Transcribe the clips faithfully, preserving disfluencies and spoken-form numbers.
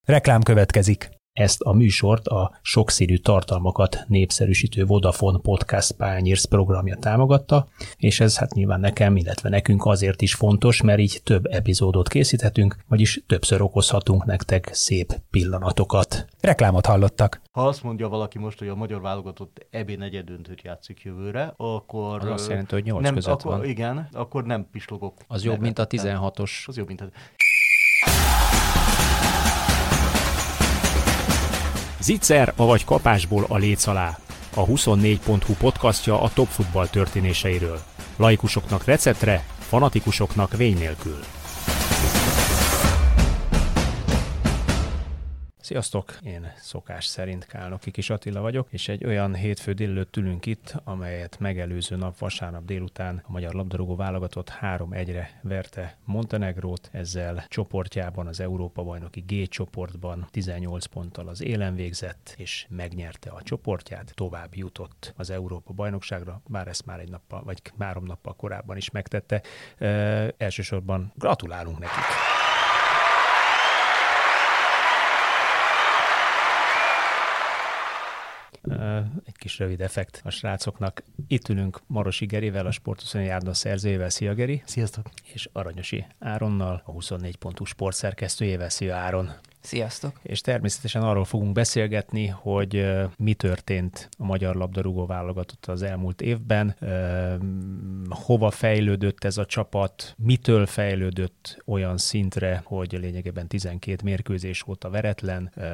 Reklám következik. Ezt a műsort a sokszínű tartalmakat népszerűsítő Vodafone Podcast Pioneers programja támogatta, és ez hát nyilván nekem, illetve nekünk azért is fontos, mert így több epizódot készíthetünk, vagyis többször okozhatunk nektek szép pillanatokat. Reklámot hallottak. Ha azt mondja valaki most, hogy a magyar válogatott é bé negyedöntőt játszik jövőre, akkor... Az azt jelenti, hogy nyolc nem, között akkor, van. Igen, akkor nem pislogok. Az jobb, mint a tizenhatos. Az jobb, mint a... Zicser, avagy kapásból a léc alá. A huszonnégy pont hu podcastja a top futball történéseiről. Laikusoknak receptre, fanatikusoknak vény nélkül. Sziasztok! Én szokás szerint Kálnoki Kis Attila vagyok, és egy olyan hétfő délelőtt ülünk itt, amelyet megelőző nap vasárnap délután a magyar labdarúgó válogatott három egyre verte Montenegrót, ezzel csoportjában az Európa-bajnoki G csoportban tizennyolc ponttal az élen végzett, és megnyerte a csoportját, tovább jutott az Európa-bajnokságra, bár ezt már egy nappal, vagy három nappal korábban is megtette. E, elsősorban gratulálunk nekik! Egy kis rövid effekt a srácoknak. Itt ülünk Marosi Gerivel, a Sport huszonnégy Árda szerzőjével. Szia, Geri! Sziasztok! És Aranyosi Áronnal, a huszonnégy pont hu sportszerkesztőjével. Szia, Áron! Sziasztok! És természetesen arról fogunk beszélgetni, hogy uh, mi történt a magyar labdarúgó válogatott az elmúlt évben, uh, hova fejlődött ez a csapat, mitől fejlődött olyan szintre, hogy lényegében tizenkét mérkőzés óta veretlen, uh,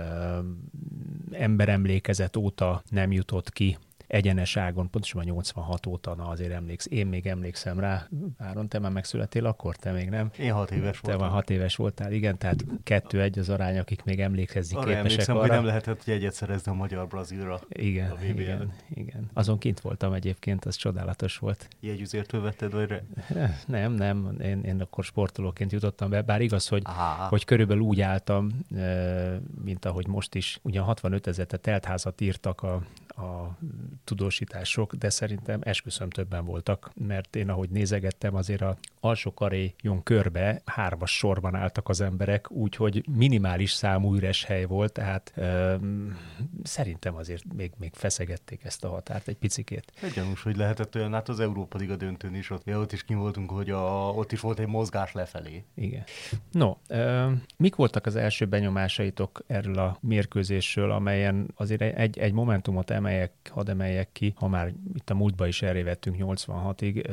emberemlékezet óta nem jutott ki egyenes ágon, pontosan nyolcvanhat óta, na azért emléksz, én még emlékszem rá. Áron, te már megszületél akkor, te még nem? Én hat éves te voltam. Te már hat éves voltál, igen, tehát kettő egy az arány, akik még emlékezni arra képesek emlékszem, arra. hogy nem lehetett jegyet szerezni a magyar-brazilra. Igen, a vé bén. igen, igen. Azon kint voltam egyébként, az csodálatos volt. Jegyüzértől vetted, vagy re? Nem, nem, én, én akkor sportolóként jutottam be, bár igaz, hogy, Aha. hogy körülbelül úgy álltam, mint ahogy most is, ugyan hatvanöt ezer teltházat írtak a, a tudósítások, de szerintem esküszöm többen voltak, mert én ahogy nézegettem, azért a alsó karéjon körbe hármas sorban álltak az emberek, úgyhogy minimális számú üres hely volt, tehát ö, szerintem azért még, még feszegették ezt a határt egy picikét. Egy gyanús, hogy lehetett olyan, hát az Európa Liga döntőn is, ott, ja, ott is kim voltunk, hogy a, ott is volt egy mozgás lefelé. Igen. No, ö, mik voltak az első benyomásaitok erről a mérkőzésről, amelyen azért egy, egy momentumot emeljek, hadd emeljek ki, ha már itt a múltba is erre vettünk nyolcvanhatig.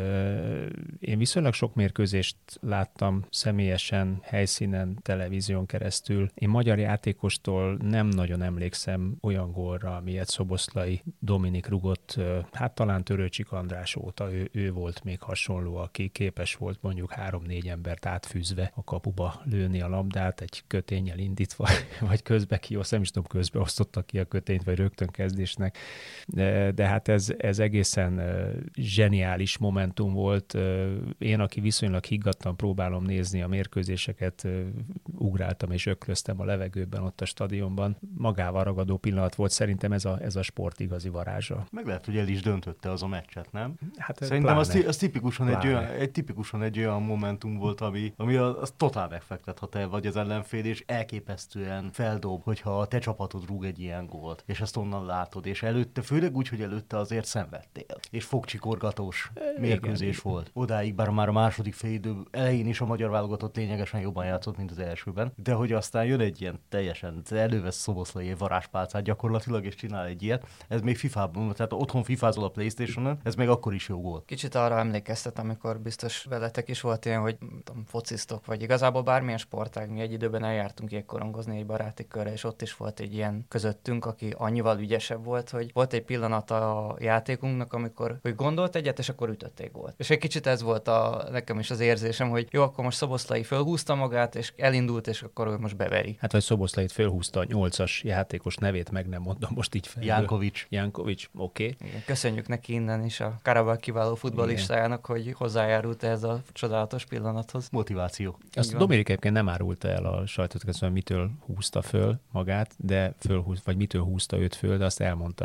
Én viszonylag sok mérkőzést láttam személyesen, helyszínen, televízión keresztül. Én magyar játékostól nem nagyon emlékszem olyan gólra, amilyet Szoboszlai Dominik rugott, hát talán Törőcsik András óta ő, ő volt még hasonló, aki képes volt mondjuk három-négy embert átfűzve a kapuba lőni a labdát, egy köténnyel indítva, vagy közbe kiosz, nem is tudom, közbe osztotta ki a kötényt, vagy rögtön kezdésnek. De, de hát ez, ez egészen uh, zseniális momentum volt. Uh, én, aki viszonylag higgadtan próbálom nézni a mérkőzéseket, uh, ugráltam és öklöztem a levegőben ott a stadionban. Magával ragadó pillanat volt, szerintem ez a, ez a sport igazi varázsa. Meg lehet, hogy el is döntötte az a meccset, nem? Hát szerintem az, az tipikusan, egy olyan, Pláne. egy tipikusan egy olyan momentum volt, ami, ami az, az totál megfektet, ha te vagy az ellenfél, és elképesztően feldob, hogyha a te csapatod rúg egy ilyen gólt, és ezt onnan látod, és előtte, főleg úgy, hogy előtte azért szenvedtél. És fogcsikorgatós mérkőzés igen. volt. Odáig, bár már a második félidő elején is a magyar válogatott lényegesen jobban játszott, mint az elsőben, de hogy aztán jön egy ilyen teljesen, elővesz Szoboszlai egy varázspálcát gyakorlatilag, és csinál egy ilyet. Ez még fifában, tehát otthon fifázol a PlayStation-on, ez még akkor is jó gól. Kicsit arra emlékeztet, amikor biztos veletek is volt ilyen, hogy tudom, fociztok, vagy igazából bármilyen sportág, mi egy időben eljártunk jégkorongozni egy baráti körre, és ott is volt egy ilyen közöttünk, aki annyival ügyesebb volt, hogy volt egy pillanat a játékunknak, amikor hogy gondolt egyet, és akkor ütötték gólt. És egy kicsit ez volt a, nekem is az érzésem, hogy jó, akkor most Szoboszlai fölhúzta magát, és elindult, és akkor ő most beveri. Hát vagy Szoboszlait fölhúzta a nyolcas játékos nevét, meg nem mondom most így fel. Jankovics. Jankovics, oké. Okay. Köszönjük neki innen is a Karabakh kiváló futballistájának, hogy hozzájárult ehhez a csodálatos pillanathoz. Motiváció. Azt Dominik egyébként nem árulta el a sajtót, hogy mitől húzta föl magát, de fölhúz, vagy mitől húzta őt föl, de azt elmondta,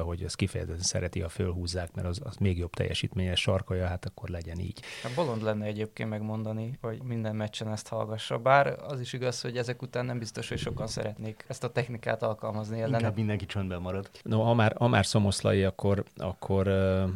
hogy ez kifejezetten szereti, a fölhúzzák, mert az, az még jobb teljesítményes sarkolja, hát akkor legyen így. Hát bolond lenne egyébként megmondani, hogy minden meccsen ezt hallgassa, bár az is igaz, hogy ezek után nem biztos, hogy sokan szeretnék ezt a technikát alkalmazni ellene. Inkább mindenki csöndben marad. No, ha már, ha már szomoszlai, akkor, akkor uh,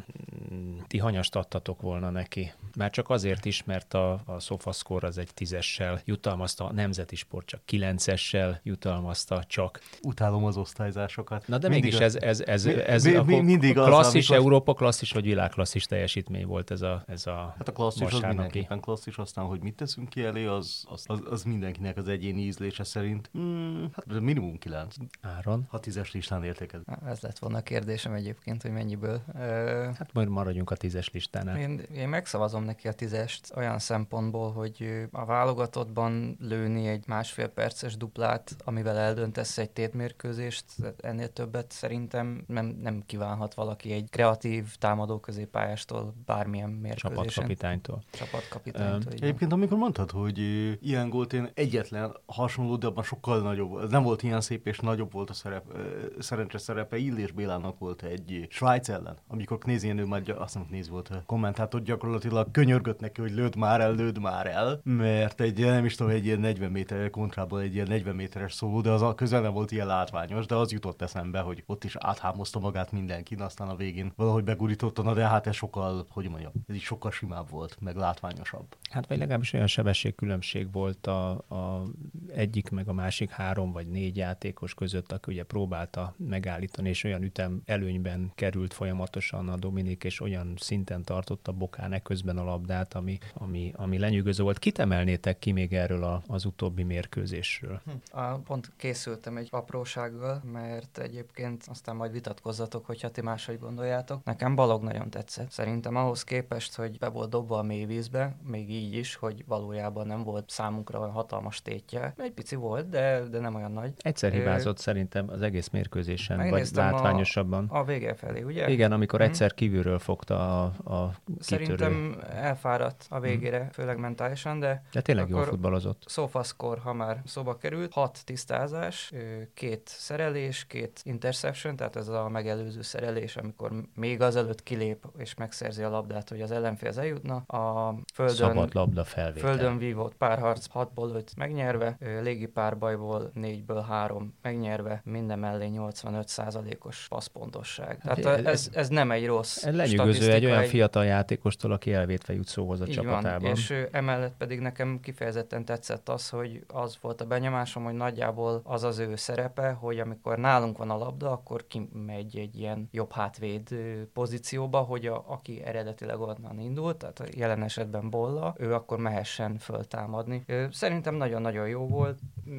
ti hanyast adtatok volna neki. Már csak azért is, mert a, a SofaScore az egy tízessel jutalmazta, a Nemzeti Sport csak kilencessel jutalmazta csak. Utálom az osztályzásokat. Na de mindig mégis a... ez, ez, ez, ez, ez mi, mi, mindig az, klasszis, amikor... Európa klasszis vagy világklasszis teljesítmény volt ez a, ez a Hát a klasszis az vasárnapi. mindenképpen klasszis, aztán, hogy mit teszünk ki elé, az, az, az, az mindenkinek az egyéni ízlése szerint. Hmm, hát minimum kilenc. Áron? Ha tízes listán értéked. Ez lett volna a kérdésem egyébként, hogy mennyiből. Hát majd maradjunk a tízes listánál. Én, én megszavazom neki a tízest olyan szempontból, hogy a válogatottban lőni egy másfél perces duplát, amivel eldöntesz egy tétmérkőzést, ennél többet szerintem nem, nem kívánhat valaki egy kreatív támadó középpályástól bármilyen mérkőzésen. Csapatkapitánytól. Csapatkapitánytól. Um, egyébként amikor mondtad, hogy uh, ilyen gólt én egyetlen hasonló, de abban sokkal nagyobb, nem volt ilyen szép és nagyobb volt a szerep, uh, szerencse szerepe, Illés Bélának volt egy uh, Svájc ellen, amikor Knézienő már, azt nem Knéz volt a kommentátor, gyakorlatilag könyörgött neki, hogy lőd már el, lőd már el, mert egy, nem is tudom, egy ilyen negyven méter kontrából egy ilyen negyven méteres szóló, de az a közel nem volt ilyen látványos, de az jutott eszembe, hogy ott is áthámozta magát mindenkin, aztán a végén valahogy begurította, na de hát ez sokkal, hogy mondjam, ez is sokkal simább volt, meg látványosabb. Hát vagy legalábbis olyan sebességkülönbség volt a, a egyik meg a másik három vagy négy játékos között, aki ugye próbálta megállítani, és olyan ütem előnyben került folyamatosan a Dominik, és olyan szinten tartotta Bokán eközben a labdát, ami, ami, ami lenyűgöző volt. Kit emelnétek ki még erről a, az utóbbi mérkőzésről? Hm. A, pont készültem egy aprósággal, mert egyébként aztán majd vitatkozzatok, hogyha ti máshogy gondoljátok. Nekem Balog nagyon tetszett. Szerintem ahhoz képest, hogy be volt dobva a mélyvízbe, még így is, hogy valójában nem volt számunkra olyan hatalmas tétje. Egy pici volt, de, de nem olyan nagy. Egyszer hibázott Ö... szerintem az egész mérkőzésen, vagy látványosabban. A, a vége felé, ugye? Igen, amikor hm. egyszer kívülről fogta a, a Szerintem elfáradt a végére, hm. főleg mentálisan, de... De tényleg jól futballozott. SofaScore, ha már szóba került, hat tisztázás, két szerelés, két interception, tehát ez a megelőző szerelés, amikor még azelőtt kilép és megszerzi a labdát, hogy az ellenfélhez eljutna. A földön, szabad labda felvétel. Földön vívott párharc hatból öt megnyerve, légi párbajból négyből három megnyerve, minden mellé nyolcvanöt százalékos passzpontosság. Tehát ez, ez, ez nem egy rossz ez lenyűgöző egy olyan egy... fiatal játékostól, aki elvétve jut szóhoz a így csapatában. Van, és emellett pedig nekem kifejezetten tetszett az, hogy az volt a benyomásom, hogy nagyjából az az ő szerepe, hogy amikor nálunk van a labda, akkor kimegy egy ilyen jobb hátvéd pozícióba, hogy a, aki eredetileg onnan indult, tehát jelen esetben Bolla, ő akkor mehessen föltámadni. Szerintem nagyon-nagyon jó volt,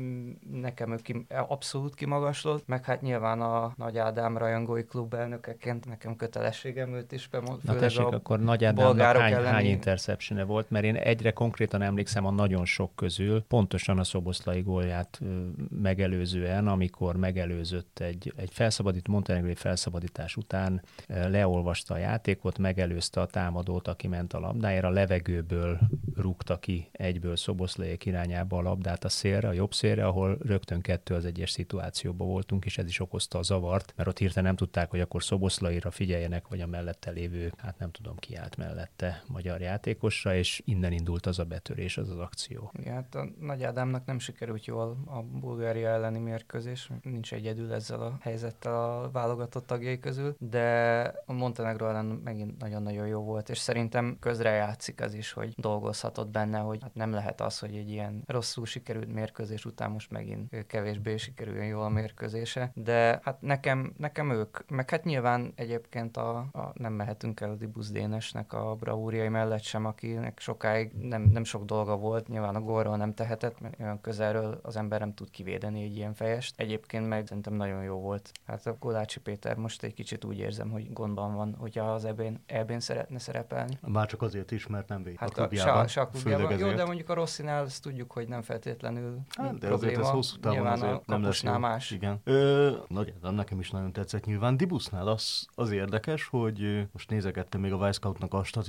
nekem ő ki, abszolút kimagaslott, meg hát nyilván a Nagy Ádám rajongói klub elnökeként nekem kötelességem őt is bemondani. Na tessék, akkor Nagy Ádámnak hány, hány interceptione volt, mert én egyre konkrétan emlékszem a nagyon sok közül, pontosan a szoboszlai gólját megelőzően, amikor megelőzött egy, egy felszabadít, montenegrói felszabadítás után leolvasta a játékot, megelőzte a támadót, aki ment a labdájára, a levegőből rúgta ki egyből Szoboszlaiék irányába a labdát a szélre, a jobb szélre, ahol rögtön kettő az egyes szituációban voltunk, és ez is okozta a zavart, mert ott hirtelen nem tudták, hogy akkor Szoboszlaira figyeljenek, vagy a mellette lévő, hát nem tudom ki állt mellette magyar játékosra, és innen indult az a betörés, az az akció. Ja, hát a Nagy Ádámnak nem sikerült jól a Bulgária elleni mérkőzés, nincs egyedül ezzel a helyzettel a válogatott tagjai közül, de a Montenegró ellen megint nagyon-nagyon jó volt, és szerintem közrejátszik az is, hogy dolgozhatott benne, hogy hát nem lehet az, hogy egy ilyen rosszul sikerült mérkőzés után most megint kevésbé sikerüljön jól a mérkőzése, de hát nekem, nekem ők, meg hát nyilván egyébként a, a nem mehetünk el a Dibusz Dénesnek a bravúriai mellett sem, akinek sokáig nem, nem sok dolga volt, nyilván a gólról nem tehetett, mert olyan közelről az ember nem tud kivédeni egy ilyen fejest. Egyébként meg szerintem nagyon jó volt. Hát a Kolácsi Péter most egy kicsit úgy érzem, hogy gondban van, hogyha az ebben, ebben szeretne szerepelni. Már csak azért is, mert nem véd hát a klubjában. Se a klubjában. Jó, de mondjuk a Rosszinál azt tudjuk, hogy nem feltétlenül hát, de probléma. azért ez hosszú távon azért nem lesz jó. Más. Igen. Ö, nagy, nekem is nagyon tetszett nyilván. Dibusznál az, az érdekes, hogy most nézegettem még a Wisecoutnak a statisztikáját,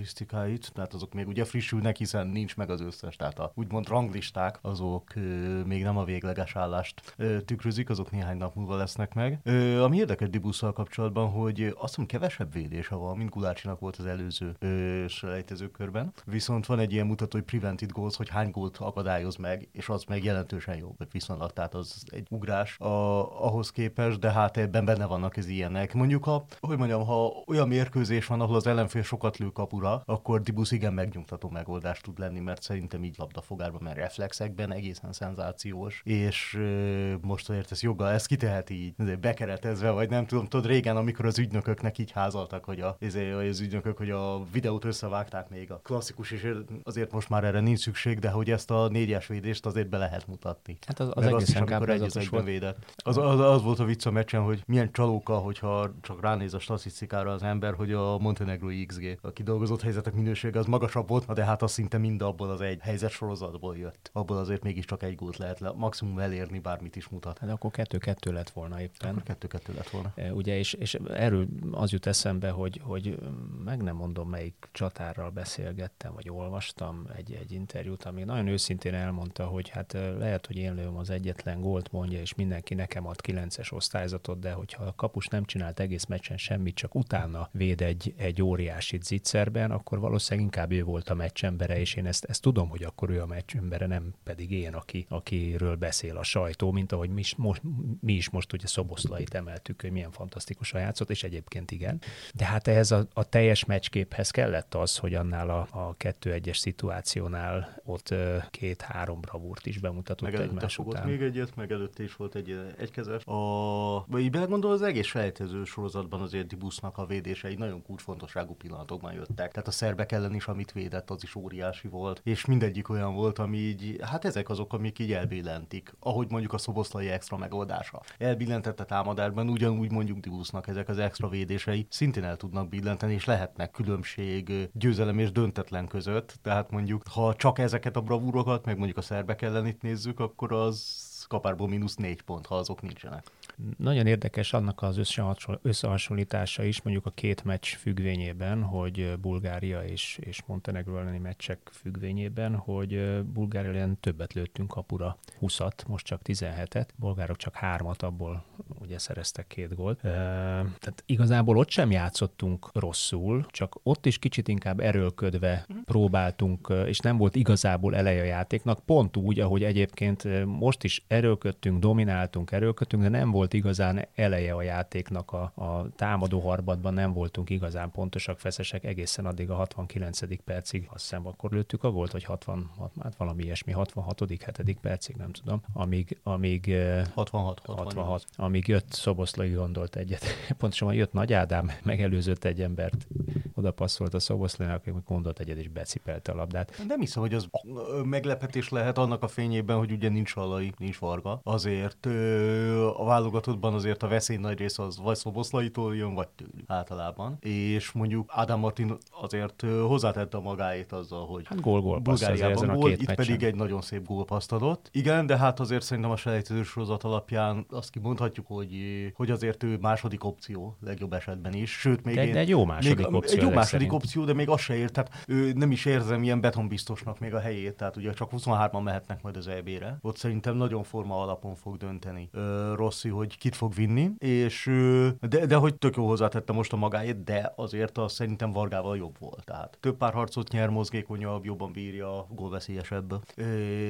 statisztikáit, tehát azok még ugye frissülnek, hiszen nincs meg az összes, tehát a úgymond ranglisták, azok ö, még nem a végleges állást ö, tükrözik, azok néhány nap múlva lesznek meg. Ö, ami érdekes Dibusszal kapcsolatban, hogy azt mondom, kevesebb védése van, mint Gulácsinak volt az előző ö, selejtezőkörben. Viszont van egy ilyen mutató, hogy prevented goals, hogy hány gólt akadályoz meg, és az meg jelentősen jó, vagy viszonylag, tehát az egy ugrás a, ahhoz képest, de hát ebben benne vannak az ilyenek. Mondjuk, ha, hogy mondjam, ha olyan mérkőzés van, ahol az ellenfél sokat lő kapura, akkor Dibusz igen megnyugtató megoldás tud lenni, mert szerintem így labdafogásban, mert reflexekben egészen szenzációs, és ö, most azért ez joggal, ezt kiteheti így bekeretezve, vagy nem tudom, tudod, régen, amikor az ügynököknek így házaltak, hogy a, az ügynökök, hogy a videót összevágták még a klasszikus, és azért most már erre nincs szükség, de hogy ezt a négyes védést azért be lehet mutatni. Hát az, az egészen káprázatos volt. Védett. Az, az, az volt a vicc a meccsen, hogy milyen csalóka, hogyha csak ránéz a statisztikára az ember, hogy a montenegrói iksz gé, a kidolgozott helyzetek minősége az magasabb volt, de hát az szinte mind abból az egy helyzet sorozatból jött. Abból azért mégiscsak egy gólt lehet le, maximum elérni, bármit is mutat. Hát akkor kettő-kettő lett volna éppen. Akkor kettő-kettő lett volna. Ugye, és, és erről az jut eszembe, hogy, hogy meg nem mondom, melyik csatárral beszélgettem, vagy olvastam egy, egy interjút, ami nagyon őszintén elmondta, hogy hát lehet, hogy én lőm az egyetlen gólt, mondja, és mindenki nekem ad kilences osztályzatot, de hogyha a kapus nem csinált egész meccsen semmit, csak utána véd egy, egy óriásit zicserben, akkor valószínűleg inkább ő volt a meccsembere, és én ezt, ezt tudom, hogy akkor ő a meccsembere, nem pedig én, aki, akiről beszél a sajtó, mint ahogy mi is most, mi is most ugye Szoboszlait emeltük, hogy milyen fantasztikusan játszott, és egyébként igen. De hát ehhez a, a teljes meccsképhez kellett az, hogy annál a, a kettő egyes szituációnál ott két-három bravúrt is bemutatott egymás után. Még egyet, meg előtte is volt egy egykezes. A, így belegondol, az egész selejtező sorozatban azért Dibusznak a védései nagyon kulcsfontosságú pillanatokban jöttek. Tehát a szerbek ellen is, amit védett, az is óriási volt. És mindegyik olyan volt, ami így, hát ezek azok, amik így elbillentik. Ahogy mondjuk a szoboszlai extra megoldása. Elbillentett a támadásban, ugyanúgy mondjuk Dibusznak ezek az extra védései szintén el tudnak billenteni, és lehetnek különbség győzelem és döntetlen között. Tehát mondjuk, ha csak ezeket a bravúrokat, meg mondjuk a szerbek ellen itt nézzük, akkor az kapárból mínusz négy pont, ha azok nincsenek. Nagyon érdekes annak az összehasonlítása is, mondjuk a két meccs függvényében, hogy Bulgária és, és Montenegró elleni meccsek függvényében, hogy Bulgária ellen többet lőttünk kapura, húszat, most csak tizenhetet, bolgárok csak hármat, abból ugye szereztek két gólt. Tehát igazából ott sem játszottunk rosszul, csak ott is kicsit inkább erőlködve próbáltunk, és nem volt igazából eleje a játéknak, pont úgy, ahogy egyébként most is erőlködtünk, domináltunk, erőlködtünk, de nem volt igazán eleje a játéknak a, a támadó harmadban, nem voltunk igazán pontosak, feszesek egészen addig a hatvankilencedik percig, azt hiszem akkor lőttük a gólt, vagy hatvan, hát valami ilyesmi, hatvanhatodik hetedik percig, nem tudom, amíg, amíg hatvanhat, hatvanhat, amíg jött Szoboszlai, gondolt egyet, pontosan jött Nagy Ádám, megelőzött egy embert, oda passzolt a Szoboszlainak, aki gondolt egyet, és becipelte a labdát. Nem hiszem, hogy az meglepetés lehet annak a fényében, hogy ugye nincs Alai, nincs Varga, azért ö, a válogatottban azért a veszély nagy része az vagy Szoboszlaitól jön, vagy tőlük általában. És mondjuk Ádám Martin azért hozzátette a magáét azzal, hogy hát gól-gól Bulgáriában gól, itt meccsen. Pedig egy nagyon szép gólpaszt adott. Igen, de hát azért szerintem a selejtező sorozat alapján azt kimondhatjuk, hogy, hogy azért ő második opció legjobb esetben is. Sőt, még de, én, de egy jó második még, opció. Egy jó második szerint. opció, de még azt se ért. Tehát ő nem is érzem ilyen betonbiztosnak még a helyét. Tehát ugye csak huszonhárman mehetnek majd az é bé-re. Ott szerintem nagyon forma alapon fog dönteni ö, Rossi, hogy kit fog vinni, és ö, de, de hogy tök jó hozzátette most a magáét, de azért az szerintem Vargával jobb volt. Tehát több párharcot nyer, mozgékonyabb, jobban bírja, gólveszélyesebb. Ö,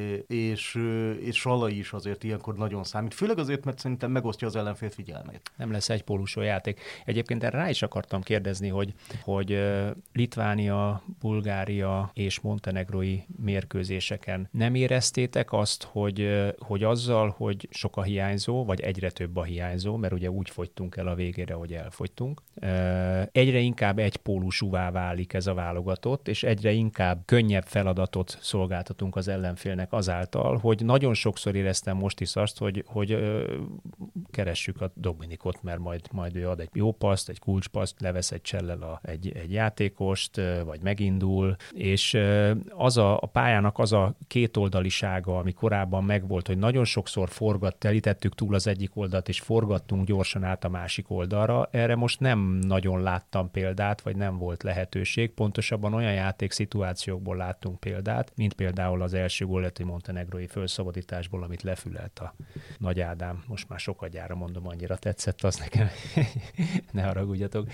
és, ö, és Salai is azért ilyenkor nagyon számít. Főleg azért, mert szerintem megosztja az ellenfél figyelmét. Nem lesz egy pólusú játék. Egyébként erre rá is akartam kérdezni, hogy, hogy Litvánia, Bulgária és montenegrói mérkőzéseken nem éreztétek azt, hogy, hogy azzal, hogy sok a hiányzó, vagy egyre több a hiányzó, mert ugye úgy fogytunk el a végére, hogy elfogytunk, egyre inkább egy pólusúvá válik ez a válogatott, és egyre inkább könnyebb feladatot szolgáltatunk az ellenfélnek azáltal, hogy nagyon sokszor éreztem most is azt, hogy, hogy keressük a Dominikot, mert majd, majd ő ad egy jó paszt, egy kulcspaszt, levesz egy csellel a, egy egy játékost, vagy megindul, és az a, a pályának az a kétoldalisága, ami korábban megvolt, hogy nagyon sokszor forgat, telítettük túl az egyik oldalt, és forgattunk gyorsan át a másik oldalra. Erre most nem nagyon láttam példát, vagy nem volt lehetőség. Pontosabban olyan játékszituációkból láttunk példát, mint például az első góleti montenegrói felszabadításból, amit lefülelt a Nagy Ádám. Most már sokadjára mondom, annyira tetszett az nekem. Ne haragudjatok.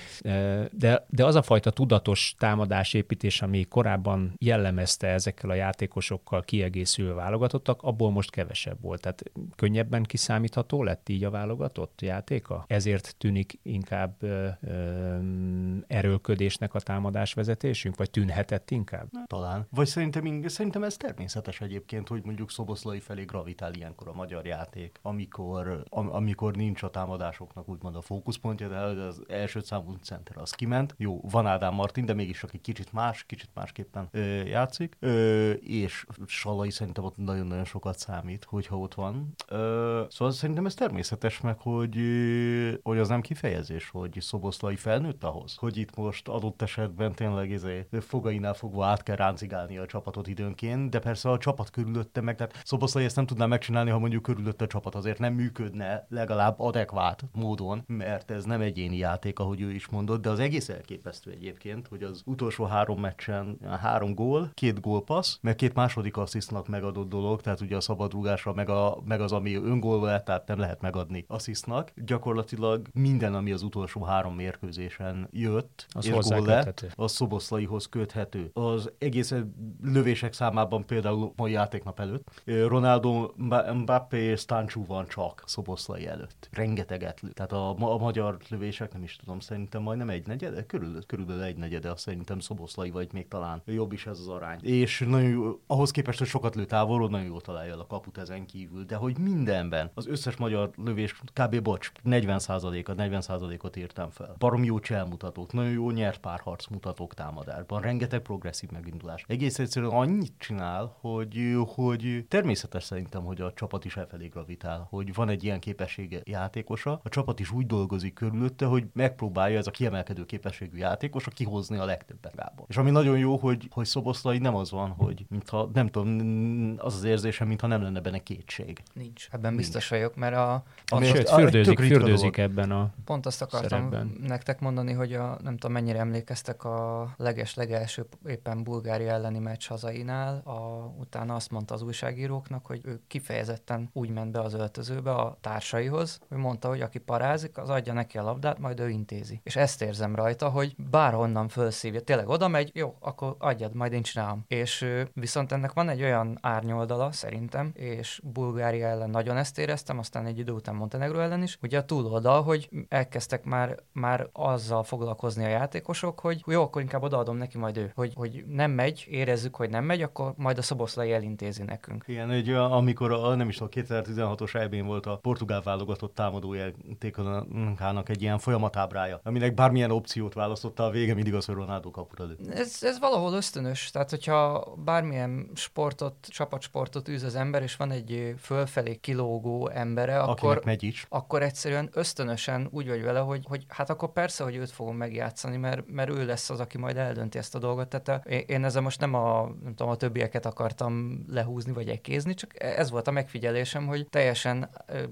De, de az a fajta tudatos támadásépítés, ami korábban jellemezte ezekkel a játékosokkal kiegészülő válogatottak, abból most kevesebb volt. Tehát könnyebben kiszámítható lett így a válogatott játéka? Ezért tűnik inkább ö, ö, erőlködésnek a támadásvezetésünk, vagy tűnhetett inkább? Talán. Vagy szerintem, szerintem ez természetes egyébként, hogy mondjuk Szoboszlai felé gravitál ilyenkor a magyar játék, amikor, am, amikor nincs a támadásoknak úgymond a fókuszpontja, de az első számú center az kiment. Jó, van Ádám Martin, de mégis aki kicsit más, kicsit másképpen ö, játszik, ö, és Salai szerintem ott nagyon-nagyon sokat számít, hogyha ott van. Ö, szóval szerintem ez természetes meg, hogy, hogy az nem kifejezés, hogy Szoboszlai felnőtt ahhoz, hogy itt most adott esetben tényleg izé, fogainál fogva át kell ráncigálni a csapatot időnként, de persze a csapat körülötte meg, tehát Szoboszlai ezt nem tudná megcsinálni, ha mondjuk körülötte a csapat azért nem működne legalább adekvát módon, mert ez nem egyéni játék, ahogy ő is mondott, de az egész elképesztő egyébként, hogy az utolsó három meccsen három gól, két gólpassz, meg két második asszisztnak megadott dolog, tehát ugye a szabadrúgásra, meg, a, meg az, ami öngól lett, tehát nem lehet megadni asszisztnak. Gyakorlatilag minden, ami az utolsó három mérkőzésen jött, az és gól lett, az Szoboszlaihoz köthető. Az egész lövések számában például mai játéknap előtt Ronaldo, Mbappé és Stanchu van csak Szoboszlai előtt. Rengeteget lő. Tehát a, a magyar lövések, nem is tudom, szerintem majdnem egy negyede, körülbelül, körülbelül egy negyede, azt szerintem Szoboszlai, vagy még talán jobb is ez az arány. És nagyon jó, ahhoz képest, hogy sokat lő távolról, nagyon jól találja a kaput ezen kívül, de hogy mindenben, az összes magyar lövés, kb. Bocs, negyven százalékot, negyven százalékot írtam fel. Barom jó cselmutatók, nagyon jó nyert párharc mutatók támadásban, rengeteg progresszív megindulás. Egész egyszerűen annyit csinál, hogy, hogy természetes szerintem, hogy a csapat is elfelé gravitál, hogy van egy ilyen képessége játékosa, a csapat is úgy dolgozik körülötte, hogy megpróbálja ez a kiemelkedő képességű játékosa kihozni a legtöbbet gából. És ami nagyon jó, hogy, hogy Szoboszlai nem az van, hogy mintha, nem tudom, az az érzésem, mintha nem lenne benne kétség. Nincs. Ebben Nincs. Biztos vagyok, mert a... a Sőt, fürdőzik, fürdőzik ebben a Pont azt akartam szerepben. Nektek mondani, hogy a, nem tudom, mennyire emlékeztek a leges-legelső éppen Bulgária elleni meccs hazainál, a, utána azt mondta az újságíróknak, hogy ő kifejezetten úgy ment be az öltözőbe a társaihoz, hogy mondta, hogy aki parázik, az adja neki a labdát, majd ő intézi. És ezt érzem rajta, hogy bárhonnan fölszívja, tényleg oda megy, jó, akkor adjad, majd én csinálom. És viszont ennek van egy olyan árnyoldala szerintem, és Bulgária ellen nagyon ezt éreztem, aztán egy idő után Montenegró ellen is, ugye a túloldal, hogy elkezdtek már, már azzal foglalkozni a játékosok, hogy jó, akkor inkább odaadom neki, majd ő, hogy, hogy nem megy, érezzük, hogy nem megy, akkor majd a Szoboszlai elintézi nekünk. Igen, egy, amikor a, nem is tudom, kétezer-tizenhatos é bén volt a portugál válogatott támadójátékának egy ilyen folyamatábrája, aminek bármilyen opciót választotta, a vége mindig az, hogy Ronaldo kapura lő. Ez, ez valahol ösztönös, tehát hogyha bármilyen sportot, csapatsportot űz az ember, és van egy fölfelé kilógó embere, akkor, megy is. akkor egyszerűen ösztönösen úgy vagy vele, hogy, hogy hát akkor persze, hogy őt fogom megjátszani, mert, mert ő lesz az, aki majd eldönti ezt a dolgot. Tehát én ezzel most nem a, nem tudom, a többieket akartam lehúzni, vagy ekézni, csak ez volt a megfigyelésem, hogy teljesen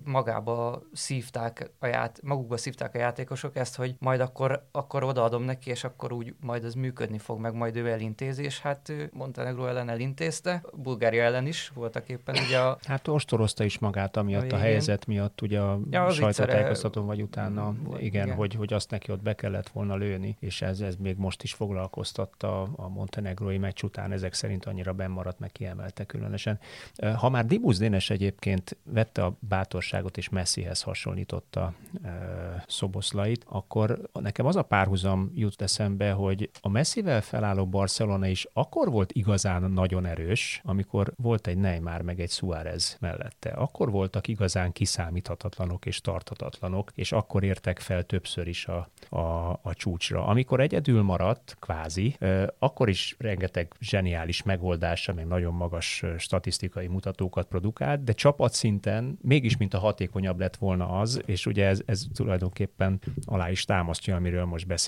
magába szívták a ját, magukba szívták a játékosok ezt, hogy majd akkor, akkor odaadom neki, és akkor úgy majd ez működni fog, meg majd ő elintézi, és hát Montenegró ellen elintézte, Bulgária ellen is voltak éppen ugye a... Hát ostorozta is magát, amiatt a, a helyzet miatt, ugye a ja, sajtótájékoztatón vagy utána, igen, igen. Hogy, hogy azt neki ott be kellett volna lőni, és ez, ez még most is foglalkoztatta a montenegrói meccs után, ezek szerint annyira bennmaradt, meg kiemelte különösen. Ha már Dibusz Dénes egyébként vette a bátorságot és Messihez hasonlította e, Szoboszlait, akkor nekem az a párhuzam jut eszembe, hogy a Messivel felálló Barcelona is akkor volt igazán nagyon erős, amikor volt egy Neymar meg egy Suárez mellette. Akkor voltak igazán kiszámíthatatlanok és tarthatatlanok, és akkor értek fel többször is a, a, a csúcsra. Amikor egyedül maradt, kvázi, akkor is rengeteg zseniális megoldása, meg nagyon magas statisztikai mutatókat produkált, de csapatszinten mégis mint a hatékonyabb lett volna az, és ugye ez, ez tulajdonképpen alá is támasztja, amiről most beszélgetünk,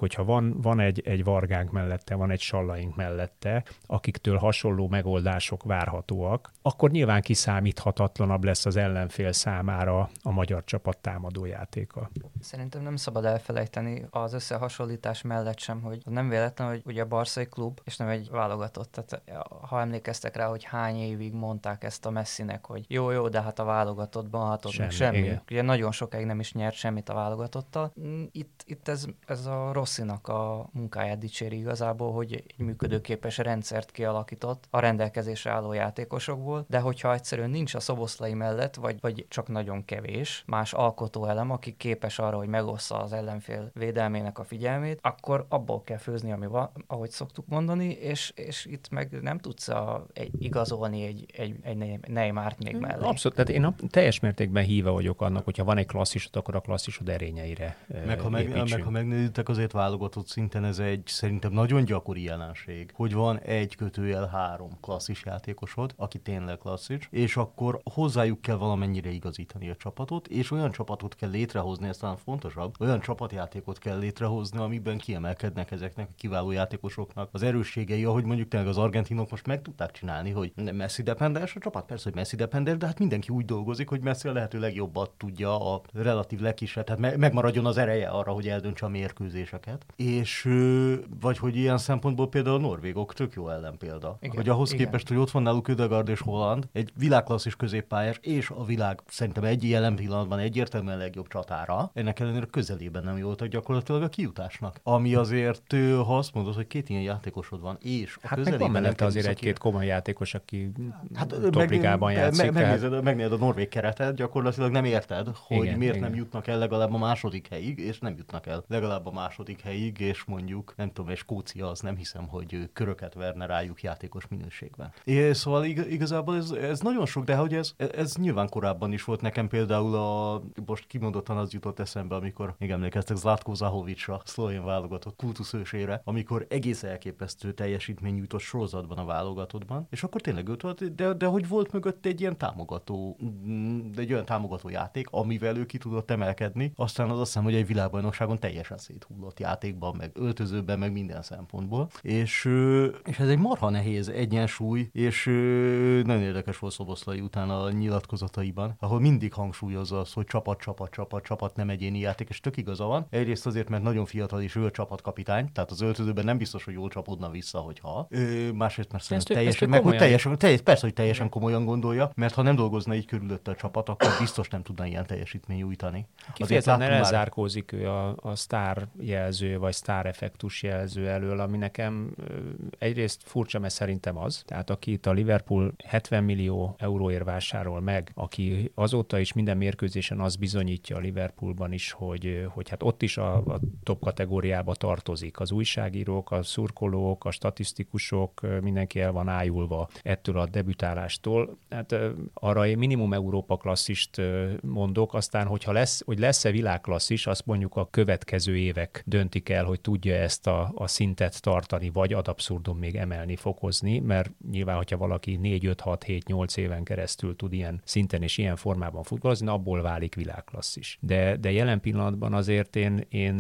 hogyha van, van egy, egy Vargánk mellette, van egy Sallaink mellette, akiktől hasonló megoldások várhatóak, akkor nyilván kiszámíthatatlanabb lesz az ellenfél számára a magyar csapat támadójátéka. Szerintem nem szabad elfelejteni az összehasonlítás mellett sem, hogy nem véletlen, hogy ugye a barszai klub, és nem egy válogatott. Tehát ha emlékeztek rá, hogy hány évig mondták ezt a Messinek, hogy jó, jó, de hát a válogatottban hatod semmi, meg semmi. Igen. Ugye nagyon sokáig nem is nyert semmit a válogatottal. Itt, itt ez, ez a Rossinak a munkáját dicséri igazából, hogy egy működőképes rendszert kialakított a rendelkezésre álló játékosokból, de hogyha egyszerűen nincs a Szoboszlai mellett, vagy, vagy csak nagyon kevés más alkotó elem, aki képes arra, hogy megossza az ellenfél védelmének a figyelmét, akkor abból kell főzni, ami van, ahogy szoktuk mondani, és, és itt meg nem tudsz a, egy, igazolni egy, egy, egy Neymárt még mellé. Abszolút, tehát én a teljes mértékben híve vagyok annak, hogyha van egy klasszisod, akkor a klasszisod erényeire meg ha, meg, meg ha megnézitek, azért válogatott szinten ez egy szerintem nagyon gyakori jelenség, hogy van egy kötőjel három klasszis játékosod, aki tényleg klasszis, és akkor hozzájuk kell valamennyire igazítani a csapatot, és olyan csapatot kell létrehozni, ez talán fontosabb, olyan csapatjátékot kell létrehozni, amiben kiemelkednek ezeknek a kiváló játékosoknak az erősségei, ahogy mondjuk tényleg az argentinok most meg tudták csinálni, hogy Messi dependens a csapat, persze, hogy Messi dependens, de hát mindenki úgy dolgozik, hogy Messi a lehető legjobbat tudja, a relatív legkisebb, tehát me- megmaradjon az ereje arra, hogy eldöntse a mérkőzéseket. És vagy hogy ilyen szempontból például a norvégok tök jó ellenpélda. Igen, hogy ahhoz igen. képest, hogy ott van náluk Ödegaard és Holland, egy világklasszis középpályás, és a világ szerintem egy jelen pillanatban egyértelműen legjobb csatára, ennek ellenére közelében nem voltak gyakorlatilag a kijutásnak. Ami azért, ha azt mondod, hogy két ilyen játékosod van, és a hát közelében meg mellette azért egy-két komoly játékos, aki hát, topligában meg, játszik. Me, megnézed, megnézed a norvég keretet, gyakorlatilag nem érted, hogy igen, miért igen. nem jutnak el legalább a második helyig, és nem jutnak el legalább a második helyig, és mondjuk, nem tudom, és Skócia az nem hiszem, hogy köröket verne rájuk játékos minőségben. És szóval ig- igazából ez, ez nagyon sok, de hogy ez, ez nyilván korábban is volt nekem például a, most kimondottan az jutott eszembe, amikor még emlékeztek Zlatko Zahovicsra, szlovén válogatott kultuszősére, amikor egész elképesztő teljesítmény jutott sorozatban a válogatottban, és akkor tényleg őt volt, de, de hogy volt mögött egy ilyen támogató, egy olyan támogató játék, amivel ő ki tudott emelkedni, aztán az azt hiszem, hogy egy világbajnokságon teljesen széthullott játékban, meg öltözőben, meg minden szempontból. És, és ez egy marha nehéz egyensúly, és nagyon érdekes volt Szoboszlai után a nyilatkozataiban, ahol mindig hangsúlyozza az, hogy csapat, csapat, csapat, csapat, nem egyéni játék, és tök igaza van. Egyrészt azért, mert nagyon fiatal és ő a csapatkapitány, tehát az öltözőben nem biztos, hogy jól csapódna vissza, hogyha. Ö, másrészt, mert szerintem teljesen, meg, hogy teljesen, teljes, persze, hogy teljesen komolyan gondolja, mert ha nem dolgozna így körülötte a csapat, akkor biztos nem tudna ilyen teljesítmény nyújtani. Kifejezetten elzárkózik ő a, a sztár jelző, vagy sztár effektus jelző elől, ami nekem egyrészt furcsa, mert szerintem az. Tehát aki itt a Liverpool hetven millió euróért vásárol meg, aki azóta is minden mérkőzésen az bizonyítja a Liverpoolban is, hogy, hogy hát ott is a, a top kategóriába tartozik. Az újságírók, a szurkolók, a statisztikusok, mindenki el van ájulva ettől a debütálástól. Hát arra én minimum Európa klasszist mondok, aztán hogyha lesz, hogy lesz-e világklasszis, azt mondjuk a következő évek döntik el, hogy tudja ezt a, a szintet tartani, vagy ad abszurdum még emelni, fokozni, mert nyilván, hogyha valaki négy, öt, hat, hét, nyolc éven keresztül tud ilyen szinten és ilyen formában futballozni, abból válik világklasszis. De, de jelen pillanatban azért én, én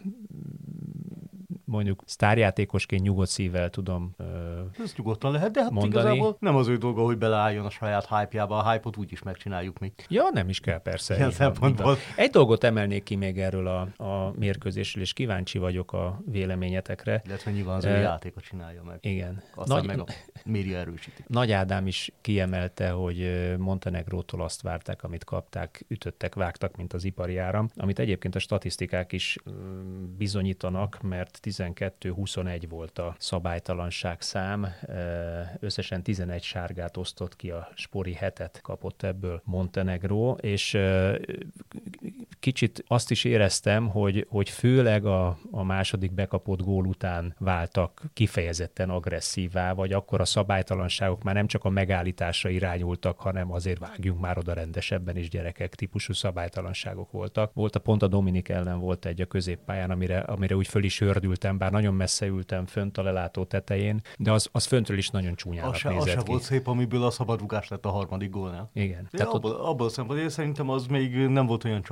mondjuk sztárjátékosként nyugodt szívvel tudom uh, ez nyugodtan lehet, de hát mondani. Igazából nem az ő dolga, hogy beleálljon a saját hype-jába, a hype-ot úgyis megcsináljuk mi. Ja, nem is kell persze. Ilyen szempontból. Egy dolgot emelnék ki még erről a, a mérkőzésről, és kíváncsi vagyok a véleményetekre. Illetve nyilván az uh, ő játékot csinálja meg. Igen. Aztán Nagy, meg a média erősíti. Nagy Ádám is kiemelte, hogy Montenegrótól azt várták, amit kapták, ütöttek, vágtak, mint az ipari áram, amit egyébként a statisztikák is bizonyítanak, mert tizenkettő huszonegy volt a szabálytalanság szám, összesen tizenegy sárgát osztott ki, a Spori hetet kapott ebből Montenegró, és kicsit azt is éreztem, hogy, hogy főleg a, a második bekapott gól után váltak kifejezetten agresszívá, vagy akkor a szabálytalanságok már nem csak a megállításra irányultak, hanem azért vágjunk már oda rendesebben is, gyerekek típusú szabálytalanságok voltak. Volt a pont a Dominik ellen volt egy a középpályán, amire, amire úgy föl is hördültem, bár nagyon messze ültem fönt a lelátó tetején, de az, az föntről is nagyon csúnyának az nézett se, az ki. se volt szép, amiből a szabadrugás lett a harmadik gólnál. Igen. Tehát abból, ott... abból szempontból én szerintem az még nem volt olyan csapat, amely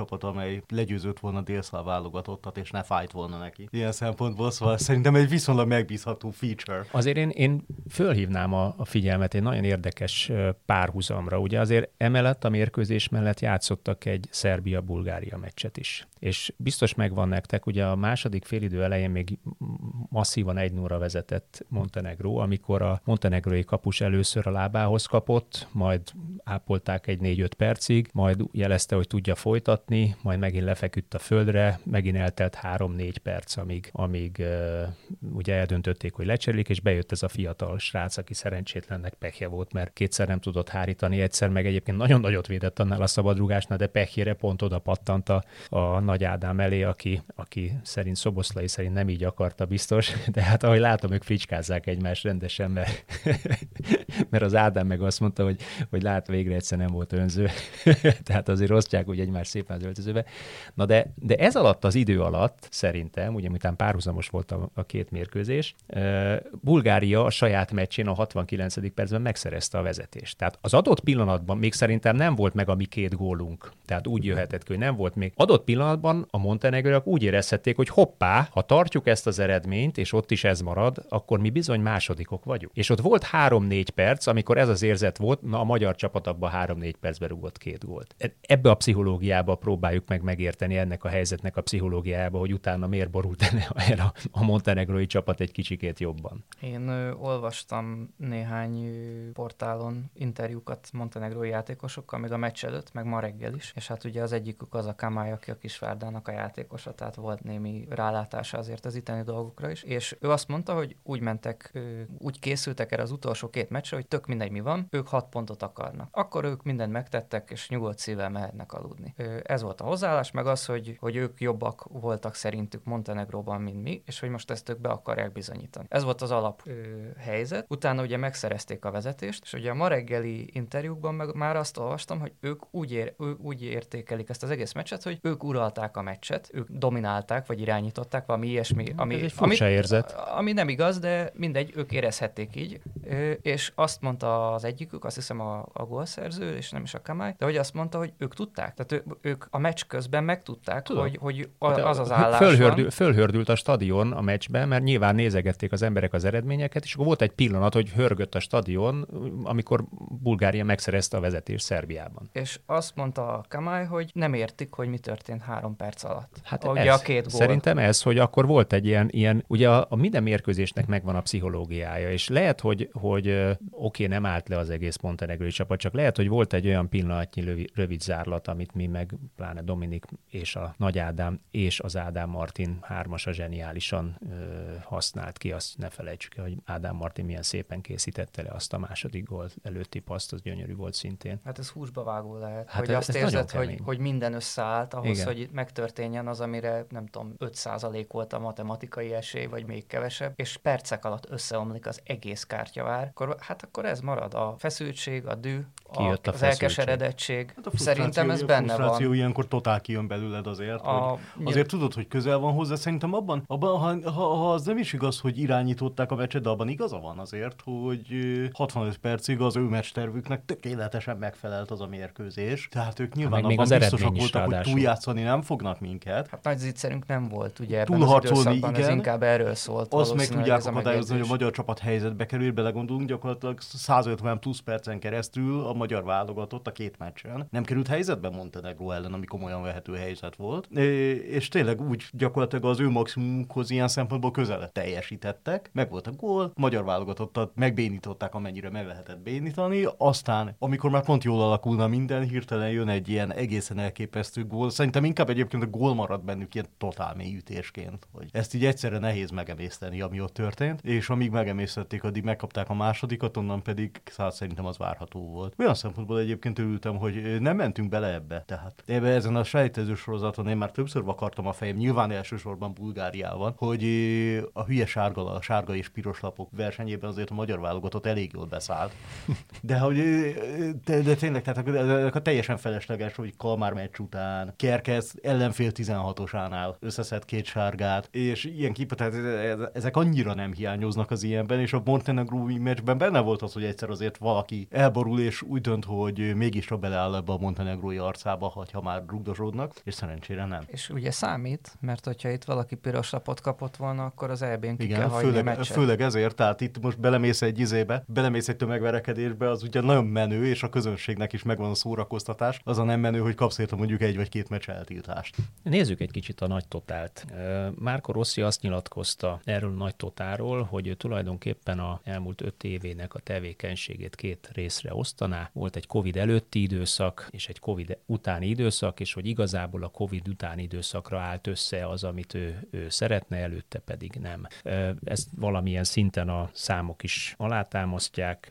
amely legyőzött volna délszláv válogatottat, és ne fájt volna neki. Ilyen szempontból, szóval szerintem egy viszonylag megbízható feature. Azért én, én fölhívnám a, a figyelmet egy nagyon érdekes párhuzamra. Ugye azért emellett a mérkőzés mellett játszottak egy Szerbia-Bulgária meccset is. És biztos megvan nektek, ugye a második félidő elején még masszívan egy nullra vezetett Montenegró, amikor a montenegrói kapus először a lábához kapott, majd ápolták egy négy-öt percig, majd jelezte, hogy tudja folytatni, majd megint lefeküdt a földre, megint eltelt három-négy perc, amíg, amíg uh, ugye eldöntötték, hogy lecserélik, és bejött ez a fiatal srác, aki szerencsétlennek pehje volt, mert kétszer nem tudott hárítani, egyszer meg egyébként nagyon nagyot védett annál a szabadrugásnál, de pehjére pont oda pattant a, a Nagy Ádám elé, aki, aki szerint Szoboszlai szerint nem így akarta biztos, de hát ahogy látom, ők fricskázzák egymást rendesen, mert, mert az Ádám meg azt mondta, hogy, hogy lát, végre egyszer nem volt önző, tehát azért osztják úgy egymást szépen az öltözőbe. Na de, de ez alatt az idő alatt szerintem, ugye miután párhuzamos volt a, a két mérkőzés, Bulgária a saját meccsén a hatvankilencedik percben megszerezte a vezetést. Tehát az adott pillanatban még szerintem nem volt meg a mi két gólunk. Tehát úgy jöhetett ki, hogy nem volt még. Adott pillanatban a montenegróiak úgy érezhették, hogy hoppá, ha tartjuk ezt az eredményt, és ott is ez marad, akkor mi bizony másodikok vagyunk. És ott volt három-négy perc, amikor ez az érzet volt, na a magyar csapat abban három-négy percben rúgott két gólt. Ebbe a pszichológiába próbáljuk meg megérteni ennek a helyzetnek a pszichológiába, hogy utána miért borult el a, a montenegrói csapat egy kicsikét jobban. Én ö, olvastam néhány ö, portálon interjúkat montenegrói játékosokkal, még a meccs előtt, meg ma reggel is, és hát ugye az egyikük az a Kamály, aki a Kisvárdának a játékosa, tehát volt némi rálátása azért az itteni dolgokra is, és ő azt mondta, hogy úgy mentek, ö, úgy készültek erre az utolsó két meccsre, hogy tök mindegy mi van, ők hat pontot akarnak. Akkor ők mindent megtettek, és nyugodt szívvel mehetnek aludni. Ö, ez volt a hozzáállás, meg az, hogy, hogy ők jobbak voltak szerintük Montenegróban, mint mi, és hogy most ezt ők be akarják bizonyítani. Ez volt az alap ö, helyzet. Utána ugye megszerezték a vezetést, és ugye a ma reggeli interjúkban meg már azt olvastam, hogy ők úgy, ér, ő, úgy értékelik ezt az egész meccset, hogy ők uralták a meccset, ők dominálták, vagy irányították, valami ilyesmi, ami, ez egy furcsa ami, érzet. ami nem igaz, de mindegy, ők érezhették így, ö, és azt mondta az egyikük, azt hiszem a, a gólszerző, és nem is a Kamály, de hogy azt mondta, hogy ők tudták, tehát ő, ők a meccs közben megtudták, Tudom. hogy, hogy az az állás Fölhördül, van. Fölhördült a stadion a meccsben, mert nyilván nézegették az emberek az eredményeket, és akkor volt egy pillanat, hogy hörgött a stadion, amikor Bulgária megszerezte a vezetést Szerbiában. És azt mondta a Kamály, hogy nem értik, hogy mi történt három perc alatt. Hát ugye ez, a két gól. Szerintem ez, hogy akkor volt egy ilyen, ilyen ugye a, a minden mérkőzésnek megvan a pszichológiája, és lehet, hogy, hogy oké, okay, nem állt le az egész montenegrói csapat, csak lehet, hogy volt egy olyan pillanatnyi rövid, rövid zárlat, amit mi meg, pláne Dominik és a Nagy Ádám és az Ádám Martin hármasa zseniálisan ö, használt ki, azt ne felejtsük, hogy Ádám Martin milyen szépen készítette le azt a második gólt előtti paszt, az gyönyörű volt szintén. Hát ez húsba vágó lehet, hát hogy ez, azt ez érzed, hogy, hogy minden összeállt ahhoz, Igen. hogy megtörténjen az, amire nem tudom, öt százalék volt a matematikai esély, vagy még kevesebb, és percek alatt összeomlik az egész kártyavár, akkor, hát akkor ez marad. A feszültség, a dű, a, a az feszültség. elkeseredettség. Hát a Szerintem ez a benne van. frusztráció ilyenkor totál kijön belőled azért, A, hogy azért tudod, hogy közel van hozzá. Szerintem abban, abban ha, ha, ha az nem is igaz, hogy irányították a meccset, de abban igaza van azért, hogy hatvanöt percig az ő meccstervüknek tökéletesen megfelelt az a mérkőzés. Tehát ők nyilván még abban az biztosak voltak, hogy ráadásul. túljátszani nem fognak minket. Hát nagy zicserünk nem volt, ugye ebben Túlharcolni, az időszakban, igen. ez inkább erről szólt. Azt meg valószínűleg tudják ez a akadályozni, hogy a megérzés. magyar csapat helyzetbe kerül, belegondolunk, gyakorlatilag százötven plusz percen keresztül a magyar válogatott a két meccsen. Nem került helyzetbe Montenegró ellen, ami komolyan vehető helyzet volt. És tényleg úgy gyakorlatilag az ő maximumukhoz ilyen szempontból közel teljesítettek. Meg volt a gól, a magyar válogatottat megbénították, amennyire meg lehetett bénítani. Aztán, amikor már pont jól alakulna minden, hirtelen jön egy ilyen egészen elképesztő gól. Szerintem inkább egyébként a gól maradt bennük ilyen totál mély ütésként, hogy ezt így egyszerre nehéz megemészteni, ami ott történt, és amíg megemésztették, addig megkapták a másodikat, onnan pedig hát szerintem az várható volt. Olyan szempontból egyébként örültem, hogy nem mentünk bele ebbe. Tehát ebbe ezen a sejtező sorozaton én már többször vakartam a fejem, nyilván elsősorban Bulgáriával, hogy a hülye sárga, a sárga és piros lapok versenyében azért a magyar válogatott elég jól beszállt. De hogy de, de tényleg, tehát a, a teljesen felesleges, hogy Kalmár meccs után Kerkez ellenfél tizenhatosánál összeszed két sárgát, és ilyen képet, tehát ezek annyira nem hiányoznak az ilyenben, és a montenegrói meccsben benne volt az, hogy egyszer azért valaki elborul, és úgy dönt, hogy mégiscsak beleáll ebbe a montenegrói arcába, ha már rugdosódnak, és szerencsére nem. És ugye számít, mert hogyha itt valaki piros lapot kapott volna, akkor az é bén ki Igen, kell hagyni főleg, a meccset. főleg ezért, tehát itt most belemész egy izébe, belemész egy tömegverekedésbe, az ugye nagyon menő, és a közönségnek is megvan a szórakoztatás. Az a nem menő, hogy kapsz érte mondjuk egy vagy két meccs eltiltást. Nézzük egy kicsit a nagy totált. Marco Rossi azt nyilatkozta erről a nagy totálról, hogy ő tulajdonképpen a elmúlt öt évének a tevékenységét két részre osztaná. Volt egy Covid előtti időszak, és egy Covid utáni időszak, és hogy igazából a Covid utáni időszakra állt össze az, amit ő, ő szeretne, előtte pedig nem. Ezt valamilyen szinten a számok is alátámasztják.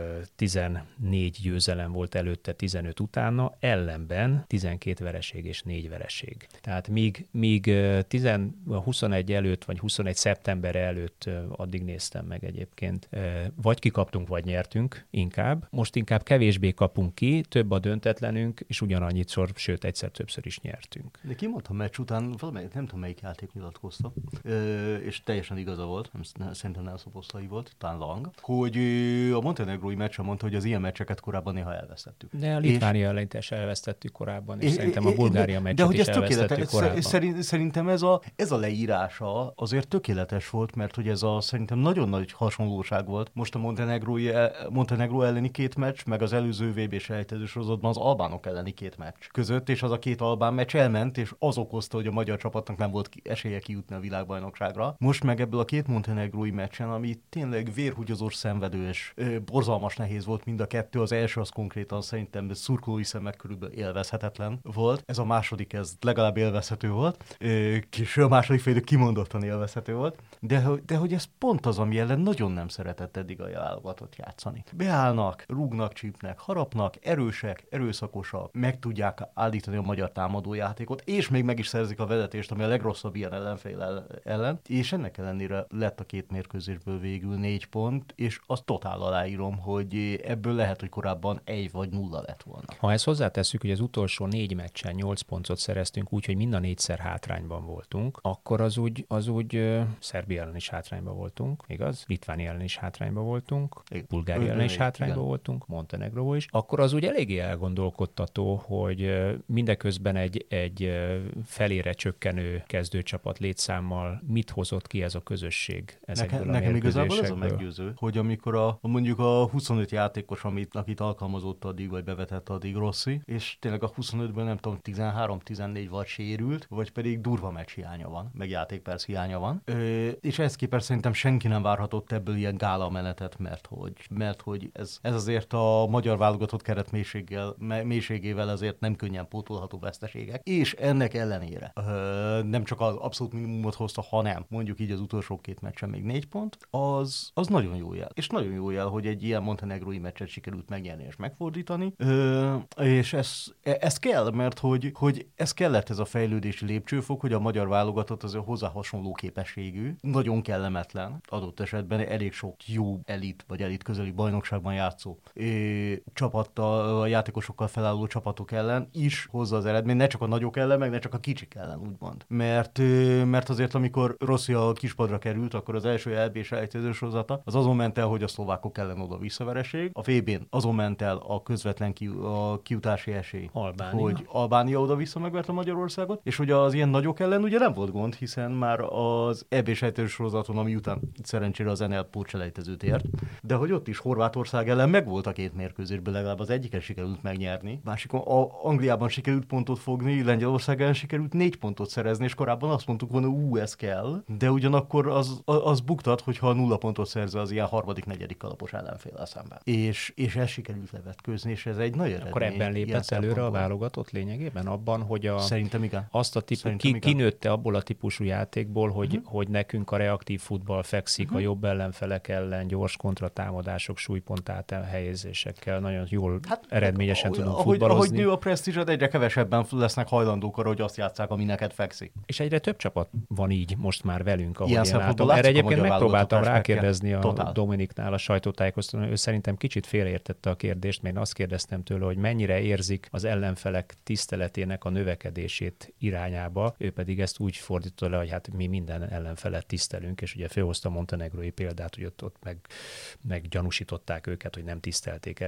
tizennégy győzelem volt előtte, tizenöt utána, ellenben tizenkét vereség és négy vereség. Tehát míg, míg tíz, huszonegy előtt, vagy huszonegy szeptember előtt, addig néztem meg egyébként, vagy kikaptunk, vagy nyertünk inkább. Most inkább kevésbé kapunk ki, több a döntetlenünk, és ugyanannyit szor, sőt egyszer többször is nyertünk. De ki mondta a meccs után, valamelyik, nem tudom melyik játék nyilatkozta, ö, és teljesen igaza volt, nem, szerintem Nelson Posztai volt, talán Lang, hogy a montenegrói meccsen mondta, hogy az ilyen meccseket korábban néha elvesztettük. De a Litvánia ellen is elvesztettük korábban, és, és szerintem a Bulgária meccset de, de, is elvesztettük korábban. Szerint, szerintem ez a, ez a leírása azért tökéletes volt, mert hogy ez a szerintem nagyon nagy hasonlóság volt. Most a montenegrói, Montenegró elleni két meccs, meg az előző vé bé selejtező sorozatban az albánok elleni két meccs között, és az a két albán meccs elment, és az okozta, hogy a magyar csapatnak nem volt esélye kijutni a világbajnokságra. Most meg ebből a két montenegrói meccsen, ami tényleg vérhúgyozós, szenvedős, borzalmas nehéz volt mind a kettő, az első az konkrétan szerintem szurkolói szemek körülbelül élvezhetetlen volt. Ez a második, ez legalább élvezhető volt, és a második fél kimondottan élvezhető volt, de, de hogy ez pont az, ami ellen nagyon nem szeretett eddig a válogatott játszani. Beállnak, rúgnak, csípnek, harapnak, erősek, erőszakosak, meg tudják állítani a magyar támadójátékot, és még meg is szerzik a vezetést, ami a legrosszabb ilyen ellenfél ellen, és ennek ellenére lett a két mérkőzésből végül négy pont, és azt totál aláírom, hogy ebből lehet, hogy korábban egy vagy nulla lett volna. Ha ezt hozzátesszük, hogy az utolsó négy meccsen nyolc pontot szereztünk, úgyhogy mind a négyszer hátrányban voltunk, akkor az úgy, az úgy uh, Szerbia ellen is hátrányban voltunk, igaz? Litvánia ellen is hátrányban voltunk, Bulgária ellen is hátrányban igen. voltunk, Montenegró is, akkor az úgy eléggé elgondolkodtató, hogy uh, mindeközben egy, egy uh, felére csökkenő kezdőcsapat létszámmal mit hozott ki ez a közösség ezekből Nekem, a nekem igazából ez a mérkőzésekből. Meggyőző, hogy amikor a, mondjuk a huszonöt játékos, amit, akit alkalmazott addig, vagy bevetett addig Rossi, és tényleg a huszonötből nem tudom, tizenhárom tizennégy vagy sérült, vagy pedig durva meccs hiánya van, meg játékperc hiánya van. Ö, és ezt képest szerintem senki nem várhatott ebből ilyen gála menetet, mert hogy, mert hogy ez, ez azért a magyar válogatott keret mélységgel, mélységével azért nem könnyen pótolható veszteségek, és ennek ellenére ö, nem csak az abszolút minimumot hozta, hanem mondjuk így az utolsó két meccsen még négy pont, az, az nagyon jó jel. És nagyon jó jel, hogy egy ilyen montenegrói meccset sikerült megnyerni és megfordítani, ö, és ez, ez kell, mert hogy, hogy ez kellett ez a fejlődési lépcsőfok, hogy a magyar válogatott az hozzá hasonló képességű, nagyon kellemetlen, adott esetben elég sok jó elit vagy elit közeli bajnokságban játszó ö, csapattal, a játékosokkal felálló csapatok ellen is hozza az eredmény, ne csak a nagyok ellen, meg ne csak a kicsik ellen, úgymond. Mert, ö, mert azért, amikor Rossi a kispadra került, akkor az első é bé selejtező sorozata az azon ment el, hogy a szlovákok ellen oda visszavereség, a vé bén azon ment el a közvetlen ki, a kiutási esély, Albánia. hogy Albánia oda-vissza megverte Magyarországot, és hogy az ilyen nagyok ellen ugye nem volt gond, hiszen már az é bé selejtező sorozaton, ami után szerencsére az en el pótselejtezőt ért, de hogy ott is Horvátország ellen megvolt a két mérkőzésből, legalább az egyiket sikerült megnyerni, másikon a Angliában sikerült pontot fogni, Lengyelország ellen sikerült négy pontot szerezni, és korábban azt mondtuk volna, ú, ez kell, de ugyanakkor az, az buktat, hogyha nulla pontot szerzi az ilyen harmadik, negyedik kalapos ellenféllel szemben. És, és ez sikerült levetközni, és ez egy nagy eredmény. Akkor ebben lépett előre a válogatott lényegében? Abban, hogy a, Szerintem igen. azt a típus, ki, kinőtte abból a típusú játékból, hogy, uh-huh. hogy nekünk a reaktív futball fekszik uh-huh. a jobb ellenfelek ellen, gyors kontratámadások, súlypont áthelyezésekkel, nagyon jól, hát, eredményesen tudunk ahogy, futballozni. Ahogy nő a presztízsed, egyre kevesebben lesznek hajlandók arra, hogy azt játsszák, ami neked fekszik. És egyre több csapat van így most már velünk, ahogy ilyen én látom. Erre egyébként megpróbáltam rákérdezni a Totál. Dominiknál a sajtótájékoztatón, ő szerintem kicsit félreértette a kérdést, mert én azt kérdeztem tőle, hogy mennyire érzik az ellenfelek tiszteletének a növekedését irányába, ő pedig ezt úgy fordította le, hogy hát mi minden ellenfelet tisztelünk, és ugye főhozta a montenegrói példát, hogy ott, ott meg, meg gyanúsították őket, hogy nem tisztelték el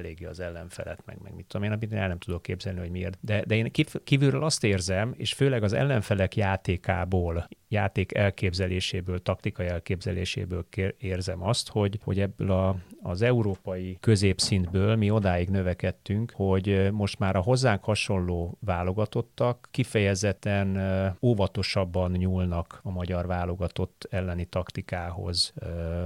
eléggé az ellenfelet, meg, meg mit tudom én, amit el nem tudok képzelni, hogy miért. De, de én kívülről azt érzem, és főleg az ellenfelek játékából, játék elképzeléséből, taktikai elképzeléséből érzem azt, hogy, hogy ebből a, az európai középszintből mi odáig növekedtünk, hogy most már a hozzánk hasonló válogatottak kifejezetten óvatosabban nyúlnak a magyar válogatott elleni taktikához.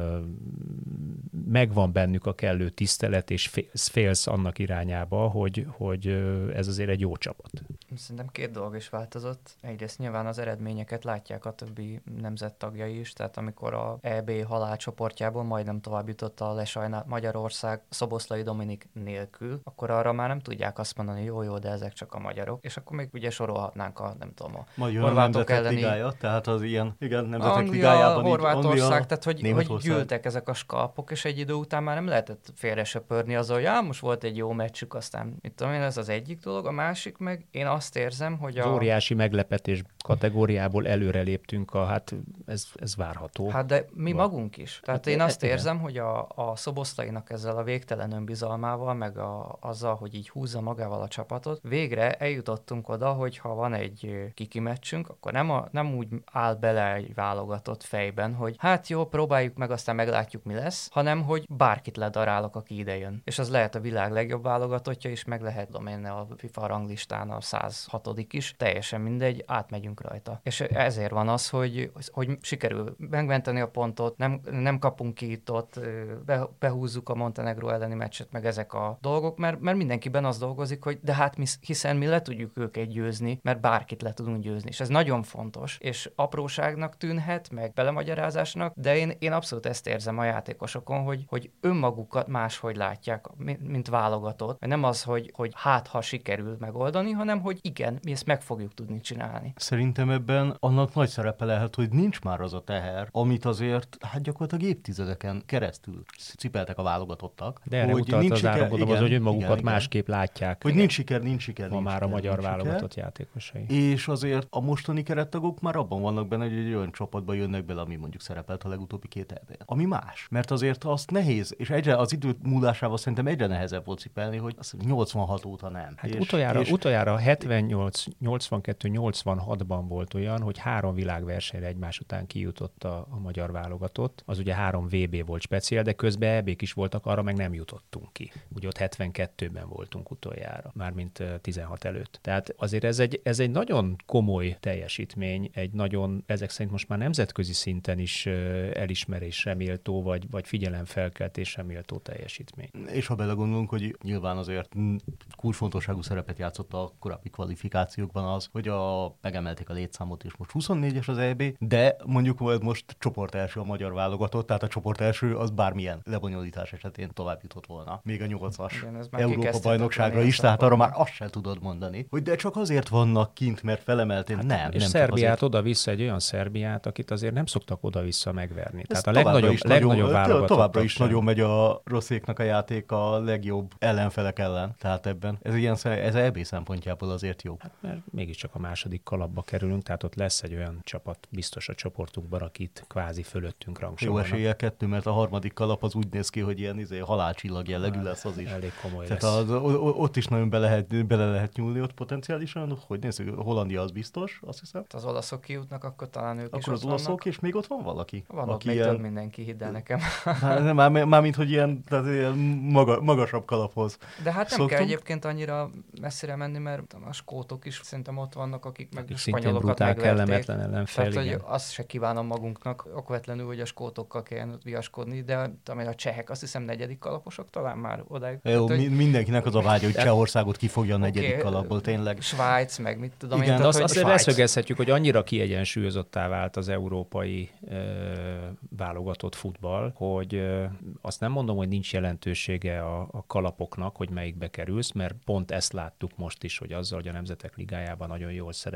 Megvan bennük a kellő tisztelet, és félsz annak irányába, hogy, hogy ez azért egy jó csapat. Szerintem két dolog is változott. Egyrészt nyilván az eredményeket látják a többi nemzet tagjai is, tehát amikor a é bé halálcsoportjából majdnem tovább jutott a lesajnált Magyarország Szoboszlai Dominik nélkül, akkor arra már nem tudják azt mondani, jó, jó, de ezek csak a magyarok, és akkor még ugye sorolhatnánk a, nem tudom, a Magyar horvátok elleni... ligája, tehát az ilyen, igen, nemzetek Anglia, ligájában Horvátország, Anglia, tehát hogy, hogy gyűltek ezek a skalpok, és egy idő után már nem lehetett félre söpörni azzal, hogy já, most volt egy jó meccsük, aztán mit tudom én, ez az egyik dolog, a másik meg én azt érzem, hogy a... Az óriási meglepetés kategóriából előre léptünk, a, hát ez, ez várható. Hát de mi Van. magunk is. Tehát hát én azt igen. érzem, hogy a, a Szoboszlainak ezzel a végtelen önbizalmával, meg a, azzal, hogy így húzza magával a csapatot, végre eljutottunk oda, hogy ha van egy kiki meccsünk, akkor nem, a, nem úgy áll bele egy válogatott fejben, hogy hát jó, próbáljuk meg, aztán meglátjuk, mi lesz, hanem hogy bárkit ledarálok, aki ide jön. És az lehet a világ legjobb válogatottja is, meg lehet, tudom én, a FIFA ranglistán a száz hatodik is, teljesen mindegy, átmegyünk rajta. És ezért van az, hogy, hogy sikerül megmenteni a pontot, nem, nem kapunk ki itt ott, be, behúzzuk a Montenegró elleni meccset, meg ezek a dolgok, mert, mert mindenkiben az dolgozik, hogy de hát mi, hiszen mi le tudjuk őket győzni, mert bárkit le tudunk győzni. És ez nagyon fontos, és apróságnak tűnhet, meg belemagyarázásnak, de én, én abszolút ezt érzem a játékosokon, hogy, hogy önmagukat máshogy látják, mint válogatott. Nem az, hogy, hogy hát ha sikerül megoldani, hanem hogy igen, mi ezt meg fogjuk tudni csinálni. Szerintem ebben annak nagy szerepe lehet, hogy nincs már az a teher, amit azért hát gyakorlatilag évtizedeken keresztül cipeltek a válogatottak. De erre utalt az áramodom, az, hogy önmagukat igen, másképp látják. Hogy nincs siker, nincs siker, ma nincs már siker, a magyar válogatott siker. játékosai. És azért a mostani kerettagok már abban vannak benne, hogy egy olyan csapatba jönnek bele, ami mondjuk szerepelt a legutóbbi két é bén. Ami más. Mert azért azt nehéz, és egyre az idő múlásával szerintem egyre nehezebb volt cipelni, hogy azt nyolcvanhat óta nem. Hát és, utoljára, és... utoljára hetvennyolc, nyolcvankettő, nyolcvanhatban volt olyan, hogy három világversenyre egymás után kijutott a, a magyar válogatott. Az ugye három vé bé volt speciál, de közben é bék is voltak, arra meg nem jutottunk ki. Ugye ott hetvenkettőben voltunk utoljára, mármint tizenhat előtt. Tehát azért ez egy, ez egy nagyon komoly teljesítmény, egy nagyon, ezek szerint most már nemzetközi szinten is elismerésre méltó, vagy, vagy figyelemfelkeltésre méltó teljesítmény. És ha belegondolunk, hogy nyilván azért kulcsfontosságú szerepet játszott a korábbi kvalifikációkban az, hogy a, megemelték a létszámot, és most huszonnégyes az é bé, de mondjuk most csoport első a magyar válogatott, tehát a csoport első az bármilyen lebonyolítás esetén tovább jutott volna. Még a nyolcas Európa-bajnokságra is, tehát arra már azt sem tudod mondani, hogy de csak azért vannak kint, mert felemelték. Hát, nem, és nem Szerbiát azért... oda-vissza, egy olyan Szerbiát, akit azért nem szoktak oda-vissza megverni. Ez tehát a legnagyobb, legnagyobb válogatottak továbbra is sem. Nagyon megy a rosszéknak a játék a legjobb ellenfelek ellen. Tehát ebben ez ilyen ez é bé szempontjából azért jó. Hát mert mégiscsak a második kalapba kerülünk, tehát ott lesz egy olyan csapat biztos a csoportukban, akit kvázi fölöttünk rangsorolnak. Jó eséllyel kettő, mert a harmadik kalap az úgy néz ki, hogy ilyen izé, halálcsillag jellegű lesz az is. Elég komoly tehát lesz. Az, ott is nagyon bele lehet, bele lehet nyúlni ott potenciálisan, hogy nézzük, Hollandia az biztos, azt hiszem. Az olaszok kijutnak, akkor talán ők akkor is az ott olaszok, vannak. És még ott van valaki? Van ott még ilyen... több mindenki, hidd el nekem. Már, már, már mint, hogy ilyen, tehát ilyen maga, magasabb kalaphoz. De hát nem szoktunk. kell egyébként annyira messzire menni, mert a skótok is szerintem ott vannak, akik meg akik spanyolokat megverték. kellemetlen ellenfél, Tehát, hogy azt se kívánom magunknak okvetlenül, hogy a skótokkal kelljen viaskodni, de a csehek azt hiszem negyedik kalaposok talán már odáig. Jó, tehát, hogy... mindenkinek az a vágya, hogy Csehországot kifogja a negyedik okay, kalapból, tényleg. Svájc, meg mit tudom igen, én. azt, azt leszögezhetjük, hogy annyira kiegyensúlyozottá vált az európai ö, válogatott futball, hogy ö, azt nem mondom, hogy nincs jelentősége a, a kalapoknak, hogy melyikbe kerülsz, mert pont ezt láttuk most is, hogy azzal, hogy a Nemzetek Ligájában nagyon jól szerepeltünk,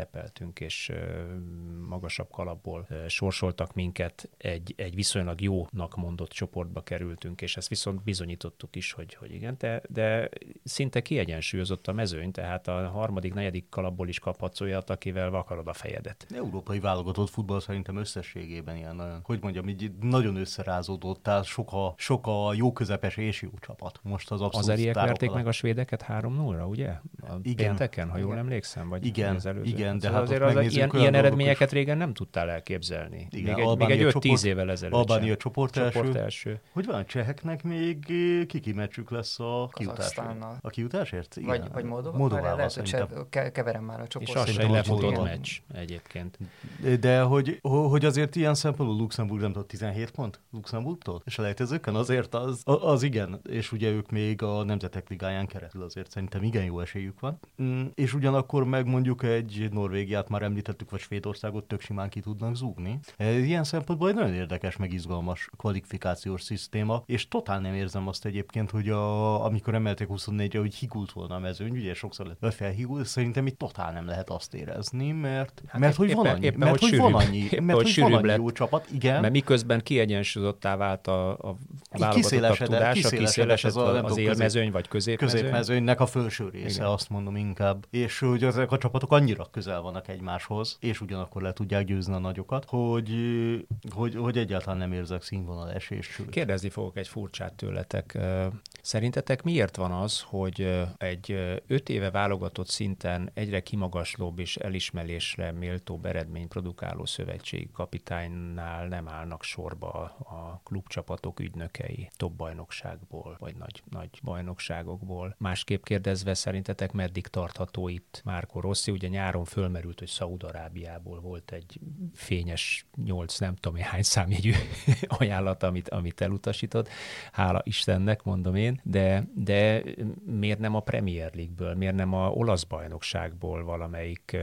szerepeltünk, és magasabb kalapból sorsoltak minket, egy, egy viszonylag jónak mondott csoportba kerültünk, és ezt viszont bizonyítottuk is, hogy, hogy igen, de, de szinte kiegyensúlyozott a mezőny, tehát a harmadik, negyedik kalapból is kaphatsz olyat, akivel vakarod a fejedet. Európai válogatott futball szerintem összességében ilyen nagyon, hogy mondjam, így nagyon összerázódott, tehát sok a, sok a jó közepes és jó csapat. Most az abszolút Azeriek verték meg a svédeket három nullra, ugye? A igen. Pénteken, ha jól emlékszem, vagy igen, az előző. igen, de szóval hát azért az, ilyen, ilyen eredményeket is régen nem tudtál elképzelni. Igen, még egy, még egy öt-tíz csoport, évvel ezelőtt. Albánia csoport, csoport első. első. Hogy van, a cseheknek még kiki meccsük lesz a kiutásért? A kiutásért? Igen. Vagy, vagy Moldova? Moldovával lehet, szerintem. Hogy keverem már a csoport. És az se egy lefutott meccs egyébként. De hogy, hogy azért ilyen szempontból Luxemburg nem tudott tizenhét pont Luxemburgtól? És a lejtezőkön azért az, az igen, és ugye ők még a Nemzetek Ligáján keresztül azért szerintem igen jó esélyük van. És ugyanakkor meg mondjuk egy Norvégiát már említettük, vagy Svédországot tök simán ki tudnak zúgni. Ilyen szempontból egy nagyon érdekes, meg izgalmas kvalifikációs szisztéma, és totál nem érzem azt egyébként, hogy a, amikor emelték huszonnégyre, hogy higult volna a mezőny, ugye sokszor lett felhigult, szerintem itt totál nem lehet azt érezni, mert, hát mert, hogy éppen, van annyi, éppen, mert hogy, hogy van annyi, éppen, mert hogy van annyi lett, jó csapat, igen. Mert miközben kiegyensúlyozottá vált a, a válogatottak tudása, kiszélesedett az, az élmezőny, vagy középmezőny. Középmezőnynek a felső része, igen. Azt mondom inkább. És hogy ezek a csapatok annyira közel vannak egymáshoz, és ugyanakkor le tudják győzni a nagyokat, hogy, hogy, hogy egyáltalán nem érzek színvonal esést. Kérdezni fogok egy furcsát tőletek. Szerintetek miért van az, hogy egy öt éve válogatott szinten egyre kimagaslóbb és elismerésre méltóbb eredmény produkáló szövetségi kapitánynál nem állnak sorba a klubcsapatok ügynökei top bajnokságból, vagy nagy, nagy bajnokságokból? Másképp kérdezve, szerintetek meddig tartható itt Marco Rossi? Ugye nyáron fölmerült, hogy Szaúd-Arábiából volt egy fényes nyolc nem tudom én hány számjegyű ajánlat, amit, amit elutasított. Hála Istennek, mondom én, de, de miért nem a Premier League-ből, miért nem a olasz bajnokságból valamelyik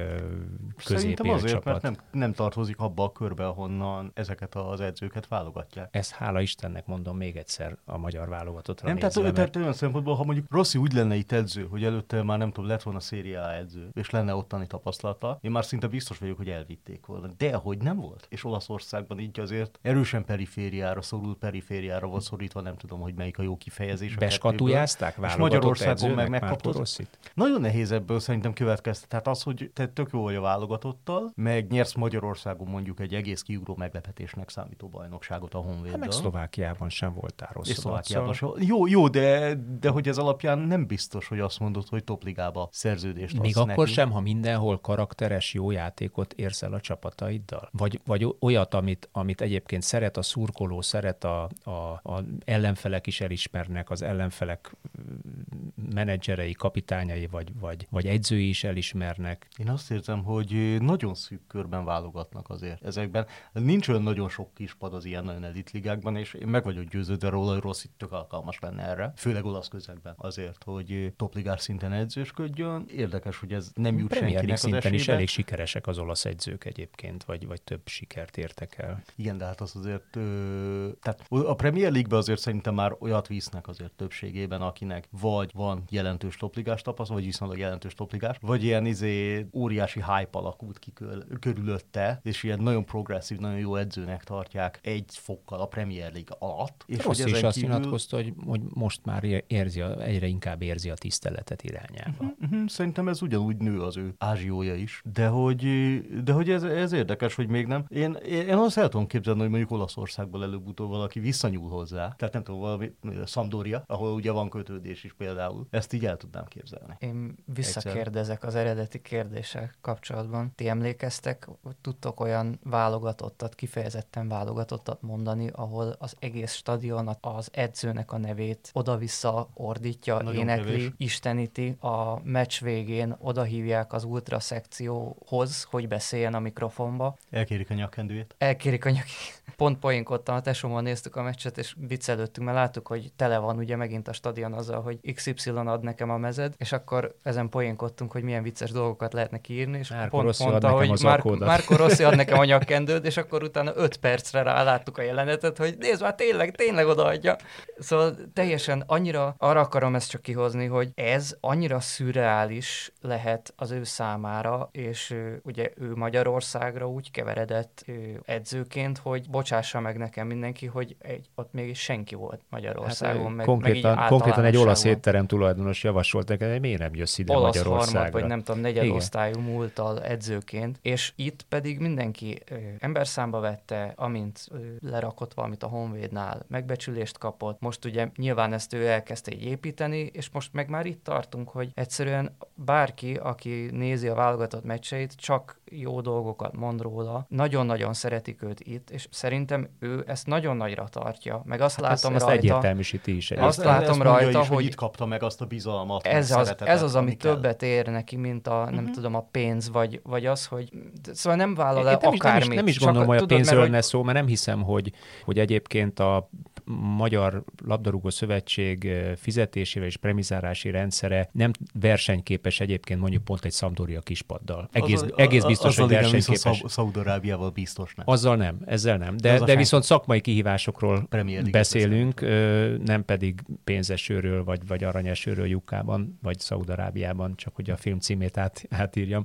középér csapat? Mert nem, nem tartozik abba a körbe, ahonnan ezeket az edzőket válogatják. Ezt hála Istennek mondom még egyszer a magyar válogatottra nem, nézve. Tehát, mert... tehát olyan szempontból, ha mondjuk Rossi úgy lenne itt edző, hogy előtte már nem tudom, lett volna Serie A edző, és lenne ottani tapasztalata, én már szinte biztos vagyok, hogy elvitték volna. De hogy nem volt. És Olaszországban így azért erősen perifériára szorul, perifériára volt szorítva, nem tudom, hogy melyik a jó kifejezés. Beskatujázták válogatott Magyarországon meg megkapott. Rosszit? Nagyon nehéz ebből szerintem következte. Tehát az, hogy te tök jó vagy a válogatottal, meg nyersz Magyarországon mondjuk egy egész kiugró meglepetésnek számító bajnokságot a Honvéddal. Hát meg Szlovákiában sem voltál rossz. És Szlovákiában sem. Jó, jó, de, de hogy ez alapján nem biztos, hogy azt mondod, hogy topligába szerződést még akkor neki. Sem, ha mindenhol karakteres jó játékot érsz el a csapataiddal? Vagy, vagy olyat, amit, amit egyébként szeret a szurkoló, szeret a, a, a ellenfelek is elismernek, az ellenfelek menedzserei, kapitányai, vagy, vagy, vagy edzői is elismernek. Én azt érzem, hogy nagyon szűk körben válogatnak azért ezekben. Nincs olyan nagyon sok kispad az ilyen nagyon elitligákban, és én meg vagyok győződve róla, hogy Rossi tök alkalmas lenne erre. Főleg olasz közegben azért, hogy topligás szinten edzősködjön. Érdekes, hogy ez nem jut Premier senkinek az szinten esélybe. is elég sikeresek az olasz edzők egyébként, vagy, vagy több sikert értek el. Igen, de hát az azért... Ö, tehát a Premier League-ben azért szerintem már olyat visznek azért többségében, akinek vagy van jelentős topligás tapasztalat, vagy viszonylag jelentős topligás, vagy ilyen izé óriási hype alakult ki körülötte, és ilyen nagyon progresszív, nagyon jó edzőnek tartják egy fokkal a Premier League alatt. És Rossz is azt kívül... nyilatkozta, hogy, hogy most már érzi, a, egyre inkább érzi a tiszteletet irányába. Uh-huh, uh-huh. Szerintem ez ugyanúgy nő az ő ázsiója is. De hogy, de hogy ez, ez érdekes, hogy még nem. Én, én azt el tudom képzelni, hogy mondjuk Olaszországból előbb-utóbb valaki visszanyúl hozzá. Tehát nem tudom, valami Sampdoria, ahol ugye van kötődés is például. Ezt így el tudnám képzelni. Én visszakérdezek az eredeti kérdéssel kapcsolatban. Ti emlékeztek, tudtok olyan válogatottat, kifejezetten válogatottat mondani, ahol az egész stadion az edzőnek a nevét oda-vissza ordítja, nagyon énekli, kevés. Isteníti, a meccs végén odahívják az ultra szekcióhoz, hogy beszéljen a mikrofonba. Elkérik a nyakkendőjét. Elkérik a nyakkendőjét. pont poénkodtam, a tesómmal néztük a meccset, és viccelődtünk, mert láttuk, hogy tele van ugye megint a stadion azzal, hogy iksz ipszilon ad nekem a mezed, és akkor ezen poénkodtunk, hogy milyen vicces dolgokat lehetne kiírni, és Márko pont Rossi mondta, hogy Márko, Márko Rossi ad nekem a nyakkendőt, és akkor utána öt percre rá láttuk a jelenetet, hogy nézd már, tényleg, tényleg odaadja. Szóval teljesen annyira arra akarom ezt csak kihozni, hogy ez annyira szürreális lehet az ő számára, és ő, ugye ő Magyarországra úgy keveredett ő, edzőként, hogy bocsássa meg nekem mindenki, hogy egy, ott még senki volt Magyarországon. Hát, meg, konkrétan, meg konkrétan egy olasz étterem tulajdonos javasolt nekem, hogy miért nem jössz ide olasz Magyarországra. Harmad, vagy nem tudom, negyedosztályú múlttal edzőként, és itt pedig mindenki ö, emberszámba vette, amint ö, lerakott valamit a Honvédnál, megbecsülést kapott. Most ugye nyilván ezt ő elkezdte így építeni, és most meg már itt tartunk, hogy egyszerűen bárki, aki nézi a válogatott meccseit, csak jó dolgokat mond róla, nagyon-nagyon szeretik őt itt, és szerintem ő ezt nagyon nagyra tartja, meg azt hát látom ezt, rajta... Ezt egyértelműsíti is. Azt ezt, látom ezt rajta, is, hogy... hogy itt kapta meg azt a bizalmat, ez az, ez az, ami kell. többet ér neki, mint a, nem uh-huh. tudom, a pénz, vagy, vagy az, hogy... Szóval nem vállal el nem akármit. Is, nem is, nem is gondolom, hogy a pénzről lenne szó, mert nem hiszem, hogy, hogy egyébként a Magyar Labdarúgó Szövetség fizetésével és premizárási rendszere nem versenyképes egyébként mondjuk pont egy Sampdoria kispaddal. Egész, az, egész biztos, hogy versenyképes. Szaúd-Arábiával biztos nem. Azzal nem, ezzel nem. De, de viszont szakmai kihívásokról beszélünk, nem pedig pénzesőről, vagy, vagy aranyesőről Jukkában, vagy Szaúd-Arábiában, csak hogy a film címét át, átírjam.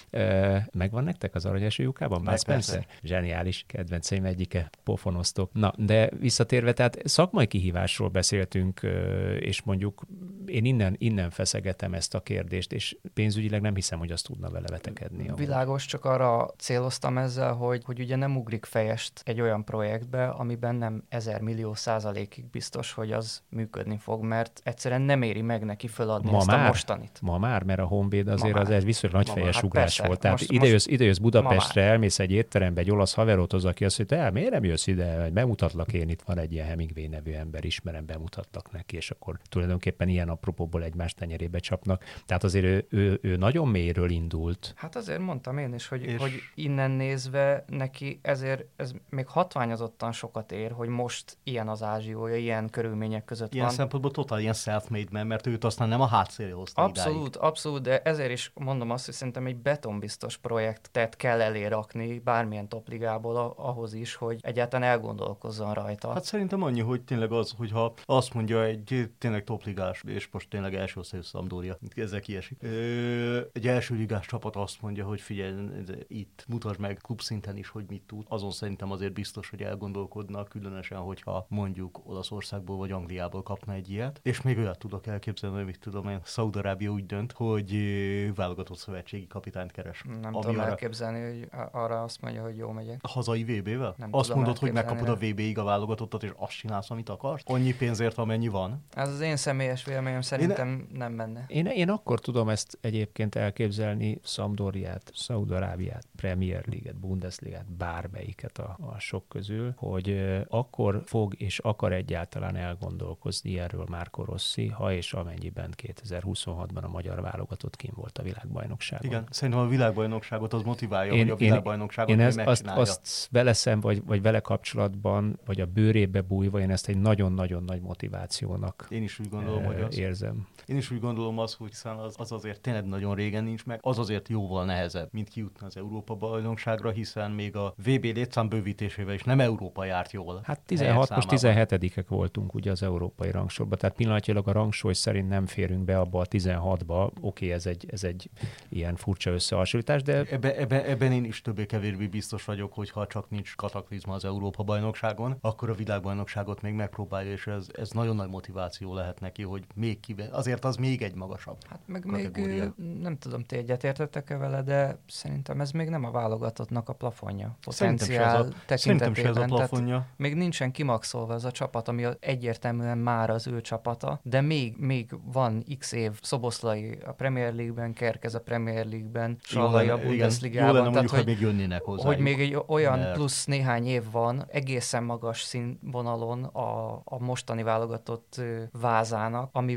Megvan nektek az aranyeső Jukkában? Bud Spencer? Zseniális, kedvenceim egyike, pofonoztok. Na, de visszatérve, tehát szakmai kihívásról beszéltünk, és mondjuk én innen, innen feszegetem ezt a kérdést, és pénzügyileg nem hiszem, hogy azt tudna vele vetekedni. Világos, csak arra céloztam ezzel, hogy, hogy ugye nem ugrik fejest egy olyan projektbe, amiben nem ezer millió százalékig biztos, hogy az működni fog, mert egyszerűen nem éri meg neki föladni ma ezt már, a mostanit. Ma már, mert a Honvéd azért az egy viszonylag nagyfejes hát ugrás persze, volt. Tehát most, idejössz, idejössz Budapestre, elmész egy étterembe, egy olasz haverot hoz, aki azt mondja, el, miért nem jössz ide, bemutatlak én, itt van egy ilyen Hemingway nevű ember, ismerem, bemutatlak neki, és akkor tulajdonképpen ilyen apropóból egymást tenyerébe csapnak. Tehát azért ő, ő, ő nagyon mélyről indult. Hát azért mondtam én is, hogy, és... hogy innen nézve neki ezért ez még hatványozottan sokat ér, hogy most ilyen az ázsiója, ilyen körülmények között ilyen van. Ilyen szempontból totál ilyen self-made man, mert őt aztán nem a hátszélé hozta Abszolút, idáig. abszolút, de ezért is mondom azt, hogy szerintem egy betonbiztos projektet kell elé rakni bármilyen topligából ahhoz is, hogy egyáltalán elgondolkozzon rajta. Hát szerintem annyi, hogy tényleg az, hogyha azt mondja egy tényleg topligás, és most tényleg első osztályú Sampdoria, ezzel kiesik. Ö, egy első ligás csapat azt mondja, hogy figyelj, itt mutasd meg klubszinten is, hogy mit tud. Azon szerintem azért biztos, hogy elgondolkodnak, különösen, hogyha mondjuk Olaszországból vagy Angliából kapna egy ilyet. És még olyat tudok elképzelni, hogy mit tudom én, Szaúd-Arábia úgy dönt, hogy válogatott szövetségi kapitányt keres. Nem tudom arra... elképzelni, hogy arra azt mondja, hogy jó megyek. Hazai vé bével? Nem azt mondod, hogy elképzelni. megkapod a vé béig a válogatottat, és azt csinálsz, amit akarsz? Annyi pénzért, amennyi van? Ez az én személyes véleményem, szerintem én... nem menne. Én, én akkor tudom ezt egyébként elképzelni, Sampdoriát, Szaúd-Arábiát, Premier League-et, Bundesligát, bármelyiket a, a sok közül, hogy uh, akkor fog és akar egyáltalán elgondolkozni erről Márko Rossi, ha és amennyiben kétezer-huszonhatban a magyar válogatott kim volt a világbajnokságon. Igen, szerintem a világbajnokságot az motiválja, én, hogy a világbajnokságot én, én még ezt, megcsinálja. azt, azt veleszem, vagy, vagy vele kapcsolatban, vagy a bőrébe bújva, én ezt egy nagyon-nagyon nagy motivációnak én is úgy gondolom, hogy az. érzem. Én is úgy gondolom az, hogy hiszen az, az azért tényleg nagyon régen nincs meg, az azért jóval nehezebb, mint kijutni az Európa-bajnokságra, hiszen még a vé bé létszám bővítésével is nem Európa járt jól. Hát tizenhat, most tizenhetedikek voltunk ugye az európai rangsorban, tehát pillanatnyilag a rangsor szerint nem férünk be abba a tizenhatba. Oké, okay, ez egy, ez egy ilyen furcsa összehasonlítás, de... Ebben, ebben, ebben én is többé-kevésbé biztos vagyok, hogy ha csak nincs kataklizma az Európa-bajnokságon, akkor a világbajnokságot még megpróbálja, és ez, ez nagyon nagy motiváció lehet neki, hogy még kive... azért az még egy magasabb Hát meg kategória. még nem tudom, ti egyetértettek-e vele, de szerintem ez még nem a válogatottnak a plafonja. Potenciál Szerintem se ez a plafonja. Még nincsen kimaxolva ez a csapat, ami egyértelműen már az ő csapata, de még, még van x év Szoboszlai a Premier League-ben, Kerkez a Premier League-ben, Sallai a Bundesligában. Jó lenne tehát, mondjuk, hogy még jönnének hozzá. Hogy még egy olyan mert... plusz néhány év van egészen magas színvonalon a, a mostani válogatott vázának, ami,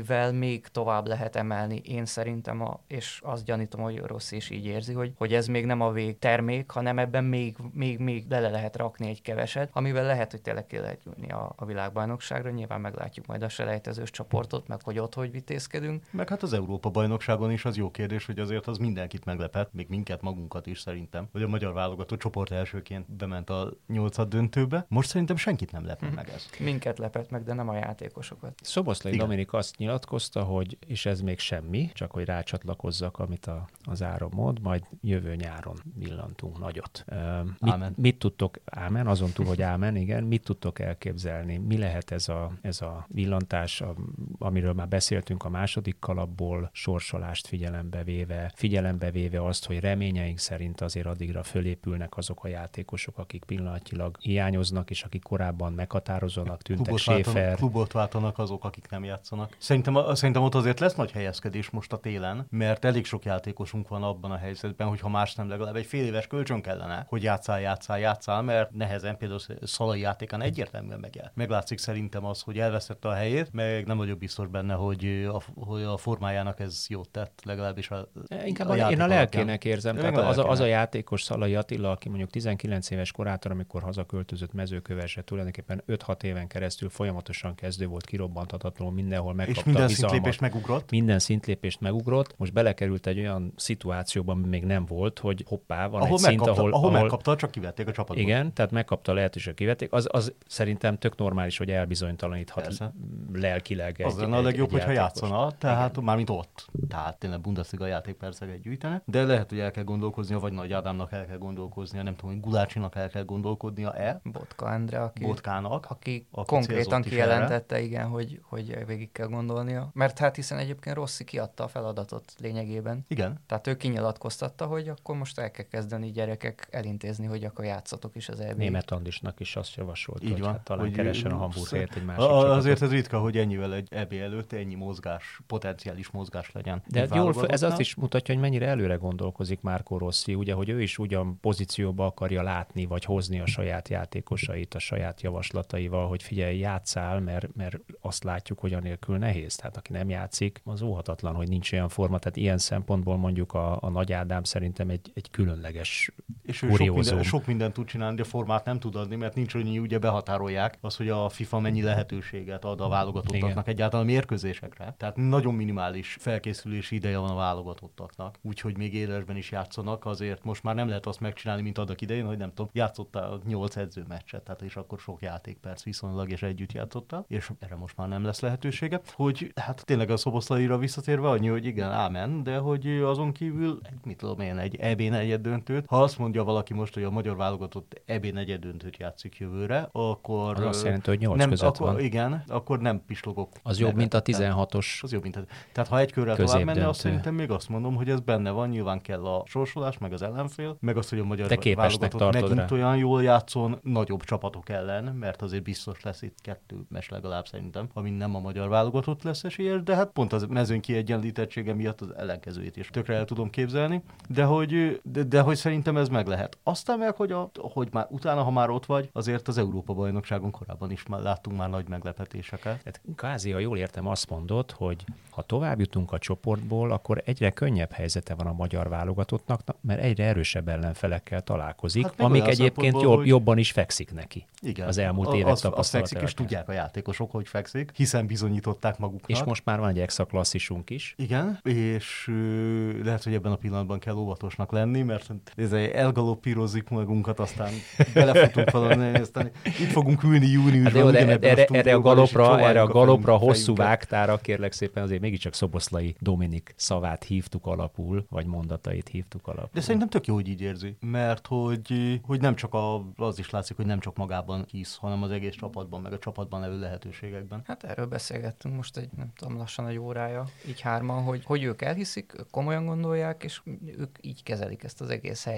amivel még tovább lehet emelni. Én szerintem, a, és azt gyanítom, hogy Rossi is így érzi, hogy, hogy ez még nem a végtermék, hanem ebben még, még, még bele lehet rakni egy keveset, amivel lehet, hogy tényleg ki lehet jutni a, a világbajnokságra. Nyilván meglátjuk majd a selejtezős csoportot, meg hogy ott hogy vitézkedünk. Meg hát az Európa-bajnokságon is az jó kérdés, hogy azért az mindenkit meglepett, még minket magunkat is szerintem, hogy a magyar válogatott csoport elsőként bement a nyolcad döntőbe. Most szerintem senkit nem lepett hm. meg ez. Minket lepett meg, de nem a játékosokat. Szoboszlai Dominik azt nyilatkozta, hogy és ez még semmi, csak hogy rácsatlakozzak, amit a, az Áron mond, majd jövő nyáron villantunk nagyot. Uh, mit, mit tudtok, ámen, azon túl, hogy ámen, igen, mit tudtok elképzelni? Mi lehet ez a, ez a villantás, a, amiről már beszéltünk a második kalapból, sorsolást figyelembe véve, figyelembe véve azt, hogy reményeink szerint azért addigra fölépülnek azok a játékosok, akik pillanatnyilag hiányoznak, és akik korábban meghatározónak tűntek, Schäfer. Klubot váltanak azok, akik nem játszanak. Szerintem, szerintem ott azért lesz nagy helyezkedés most a télen, mert elég sok játékosunk van abban a helyzetben, hogy ha más nem, legalább egy fél éves kölcsön kellene, hogy játszál, játszál, játszál, mert nehezen például Szalai játékán egyértelműen megjel. Meglátszik szerintem az, hogy elvesztette a helyét, meg nem vagyok biztos benne, hogy a, hogy a formájának ez jót tett, legalábbis a, Inkább a én a lelkének érzem. Tehát az, a, az a játékos Szalai Attila, aki mondjuk tizenkilenc éves korától, amikor hazaköltözött Mezőkövesre, tulajdonképpen öt-hat éven keresztül folyamatosan kezdő volt, kirobbantatlanul, mindenhol megkapta és minden bizalmat, szintlépést megugrott. Minden szintlépést megugrott. Most belekerült egy olyan szituációban, ami még nem volt, hogy hoppá, van ahol egy szint, megkapta, ahol, ahol, ahol megkapta, csak kivették a csapatból. Igen, tehát megkapta a lehetőséget, kivették. Az, az szerintem tök normális, hogy elbizonytalaníthat Persze. lelkileg egy az lenne a legjobb, egy hogyha játékos. játszana, tehát már mint ott. Tehát tényleg Bundesliga játékperceket gyűjtene, de lehet, hogy el kell gondolkoznia, vagy Nagy Ádámnak el kell gondolkoznia, nem tudom, hogy Gulácsinak el kell gondolkodnia-e. Botka Endre, aki, Botkának, aki, aki konkrétan kijelentette, igen, hogy, hogy végig kell gondolnia. Mert hát hiszen egyébként Rossi kiadta a feladatot lényegében. Igen. Tehát ő kinyilatkoztatta, hogy akkor most el kell kezdeni gyerekek elintézni, hogy akkor játszatok is az é bé. Német Andisnak is azt javasolt, így hogy van, hát talán hogy keressen a Hamburg helyett egy másik a, csapatot. Azért ez ritka, hogy ennyivel egy é bé előtt ennyi mozgás, potenciális mozgás legyen. De jól, ez azt is mutatja, hogy mennyire előre gondolkozik Marco Rossi, ugye, hogy ő is ugyan pozícióba akarja látni, vagy hozni a saját játékosait, a saját javaslataival, hogy figyelj, játszál, mert, mert azt látjuk, hogy anélkül nehéz. Tehát aki nem játszik, az óhatatlan, hogy nincs olyan forma. Tehát ilyen szempontból mondjuk a, a Nagy Ádám szerintem egy, egy különleges és ő sok, minden, sok mindent tud csinálni, de formát nem tud adni, mert nincs annyi, ugye behatárolják az, hogy a FIFA mennyi lehetőséget ad a válogatottaknak egyáltalán a mérkőzésekre. Tehát nagyon minimális felkészülési ideje van a válogatottaknak. Úgyhogy még élesben is játszanak, azért most már nem lehet azt megcsinálni, mint annak idején, hogy nem tudom, játszottál nyolc edzőmeccset, tehát és akkor sok játékperc viszonylag és együtt játszottál, és erre most már nem lesz lehetősége. Hogy hát tényleg a Szoboszlaira visszatérve annyi, hogy igen, ámen, de hogy azon kívül, mit tudom én, egy é bé negyed döntőt, ha azt mondja valaki most, hogy a magyar válogatott é bé negyed döntőt játszik jövőre, akkor... Az azt jelenti, hogy nyolc nem, között akkor, van. Igen, akkor nem pislogok. Az jobb, mint a tizenhatos. Az jobb, mint a... Tehát ha egy körrel tovább menne, azt szerintem még azt mondom, hogy ez benne van, nyilván kell a sorsolás, meg az ellenfél, meg az, hogy a magyar válogatott megint rá. Olyan jól játszon nagyobb csapatok ellen, mert azért biztos lesz itt kettő mes legalább szerintem, ami nem a magyar válogatott lesz esélyes, de hát pont az mezőny kiegyenlítettsége miatt az ellenkezőjét is tökre el tudom képzelni, de hogy, de, de hogy szerintem ez meg lehet. Aztán meg, hogy, a, hogy már utána, ha már ott vagy, azért az Európa-bajnokságon korábban is már láttunk már nagy meglepetéseket. Tehát Kázi, ha jól értem, azt mondod, hogy ha tovább jutunk a csoportból, akkor egyre könnyebb helyzete van a magyar válogatottnak, mert egyre erősebb ellenfelekkel találkozik, hát amik egyébként jobb, hogy... jobban is fekszik neki. Igen, az elmúlt évek tapasztalat. Fekszik, és tudják a játékosok, hogy fekszik, hiszen bizonyították maguknak. És most már van egy extra klasszisunk is. Igen, és ö, lehet, hogy ebben a pillanatban kell óvatosnak lenni, mert ez elgalopírozik magunkat, aztán belefutunk valami, aztán itt fogunk ülni júniusban. Hát de erre, erre a galopra, erre a galopra hosszú vágtára, kérlek szépen, azért mégiscsak Szoboszlai Dominik szavát hívtuk alapul, vagy mondatait hívtuk alapul. De szerintem tök jó, hogy így érzi, mert hogy, hogy nem csak a, az is látszik, hogy nem csak magában hisz, hanem az egész csapatban, meg a csapatban levő lehetőségekben. Hát erről beszélgettünk most egy, nem tudom, lassan egy órája, így hárman, hogy, hogy ők elhiszik, ők komolyan gondolják, és ők így kezelik ezt az egész helyzetet.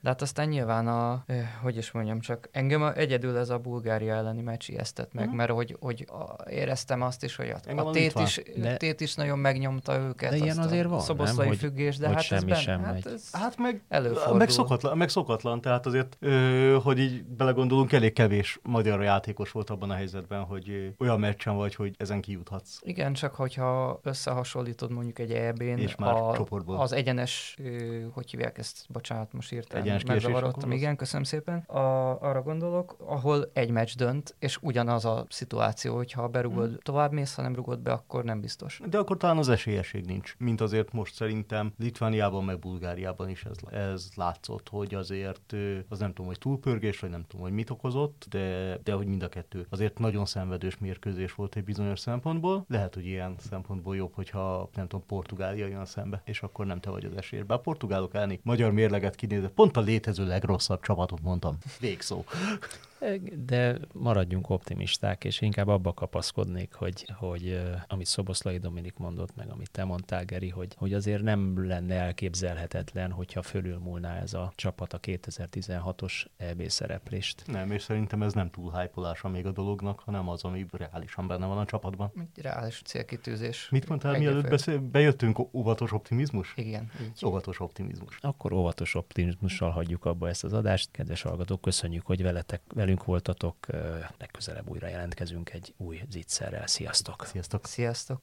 De hát aztán nyilván a, eh, hogy is mondjam, csak engem a, egyedül ez a Bulgária elleni meccs ijesztett meg, uh-huh. mert hogy, hogy a, éreztem azt is, hogy a, a tét, is, de, tét is nagyon megnyomta őket. De ilyen azért van, szoboszlai nem? függés, de hogy hát semmi ez sem ben, megy. Hát, ez hát meg, előfordul. meg, szokatlan, meg szokatlan, tehát azért, ö, hogy így belegondolunk, elég kevés magyar játékos volt abban a helyzetben, hogy ö, olyan meccsen vagy, hogy ezen kijuthatsz. Igen, csak hogyha összehasonlítod mondjuk egy é bén és már a, csoportból. Az egyenes, ö, hogy hívják ezt, bocsánat, most írtam, Egyenes megzavarodtam, igen, köszönöm szépen. A, arra gondolok, ahol egy meccs dönt, és ugyanaz a szituáció, hogyha berugod, hmm. tovább mész, ha nem rugod be, akkor nem biztos. De akkor talán az esélyesség nincs, mint azért most szerintem Litvániában meg Bulgáriában is ez, ez látszott, hogy azért az nem tudom, hogy túlpörgés, vagy nem tudom, hogy mit okozott, de, de hogy mind a kettő azért nagyon szenvedős mérkőzés volt egy bizonyos szempontból. Lehet, hogy ilyen szempontból jobb, hogyha nem tudom, Portugália jön szembe, és akkor nem te vagy az esélyed. Bár a portugálok elleni magyar mérleget kinézett, pont a létező legrosszabb csapatot mondtam. Végszó. De maradjunk optimisták, és inkább abba kapaszkodnék, hogy, hogy amit Szoboszlai Dominik mondott, meg amit te mondtál, Geri, hogy, hogy azért nem lenne elképzelhetetlen, hogyha fölülmúlná ez a csapat a kétezer-tizenhatos é bé szereplést. Nem, és szerintem ez nem túl hypolása még a dolognak, hanem az, ami reálisan benne van a csapatban. Egy reális célkitűzés. Mit mondtál, mielőtt beszél, bejöttünk, óvatos optimizmus? Igen, így. Óvatos optimizmus. Akkor óvatos optimizmussal hagyjuk abba ezt az adást. Kedves hallgatók, köszönjük, hogy veletek, velünk voltatok. Legközelebb újra jelentkezünk egy új zicserrel. Sziasztok! Sziasztok! Sziasztok!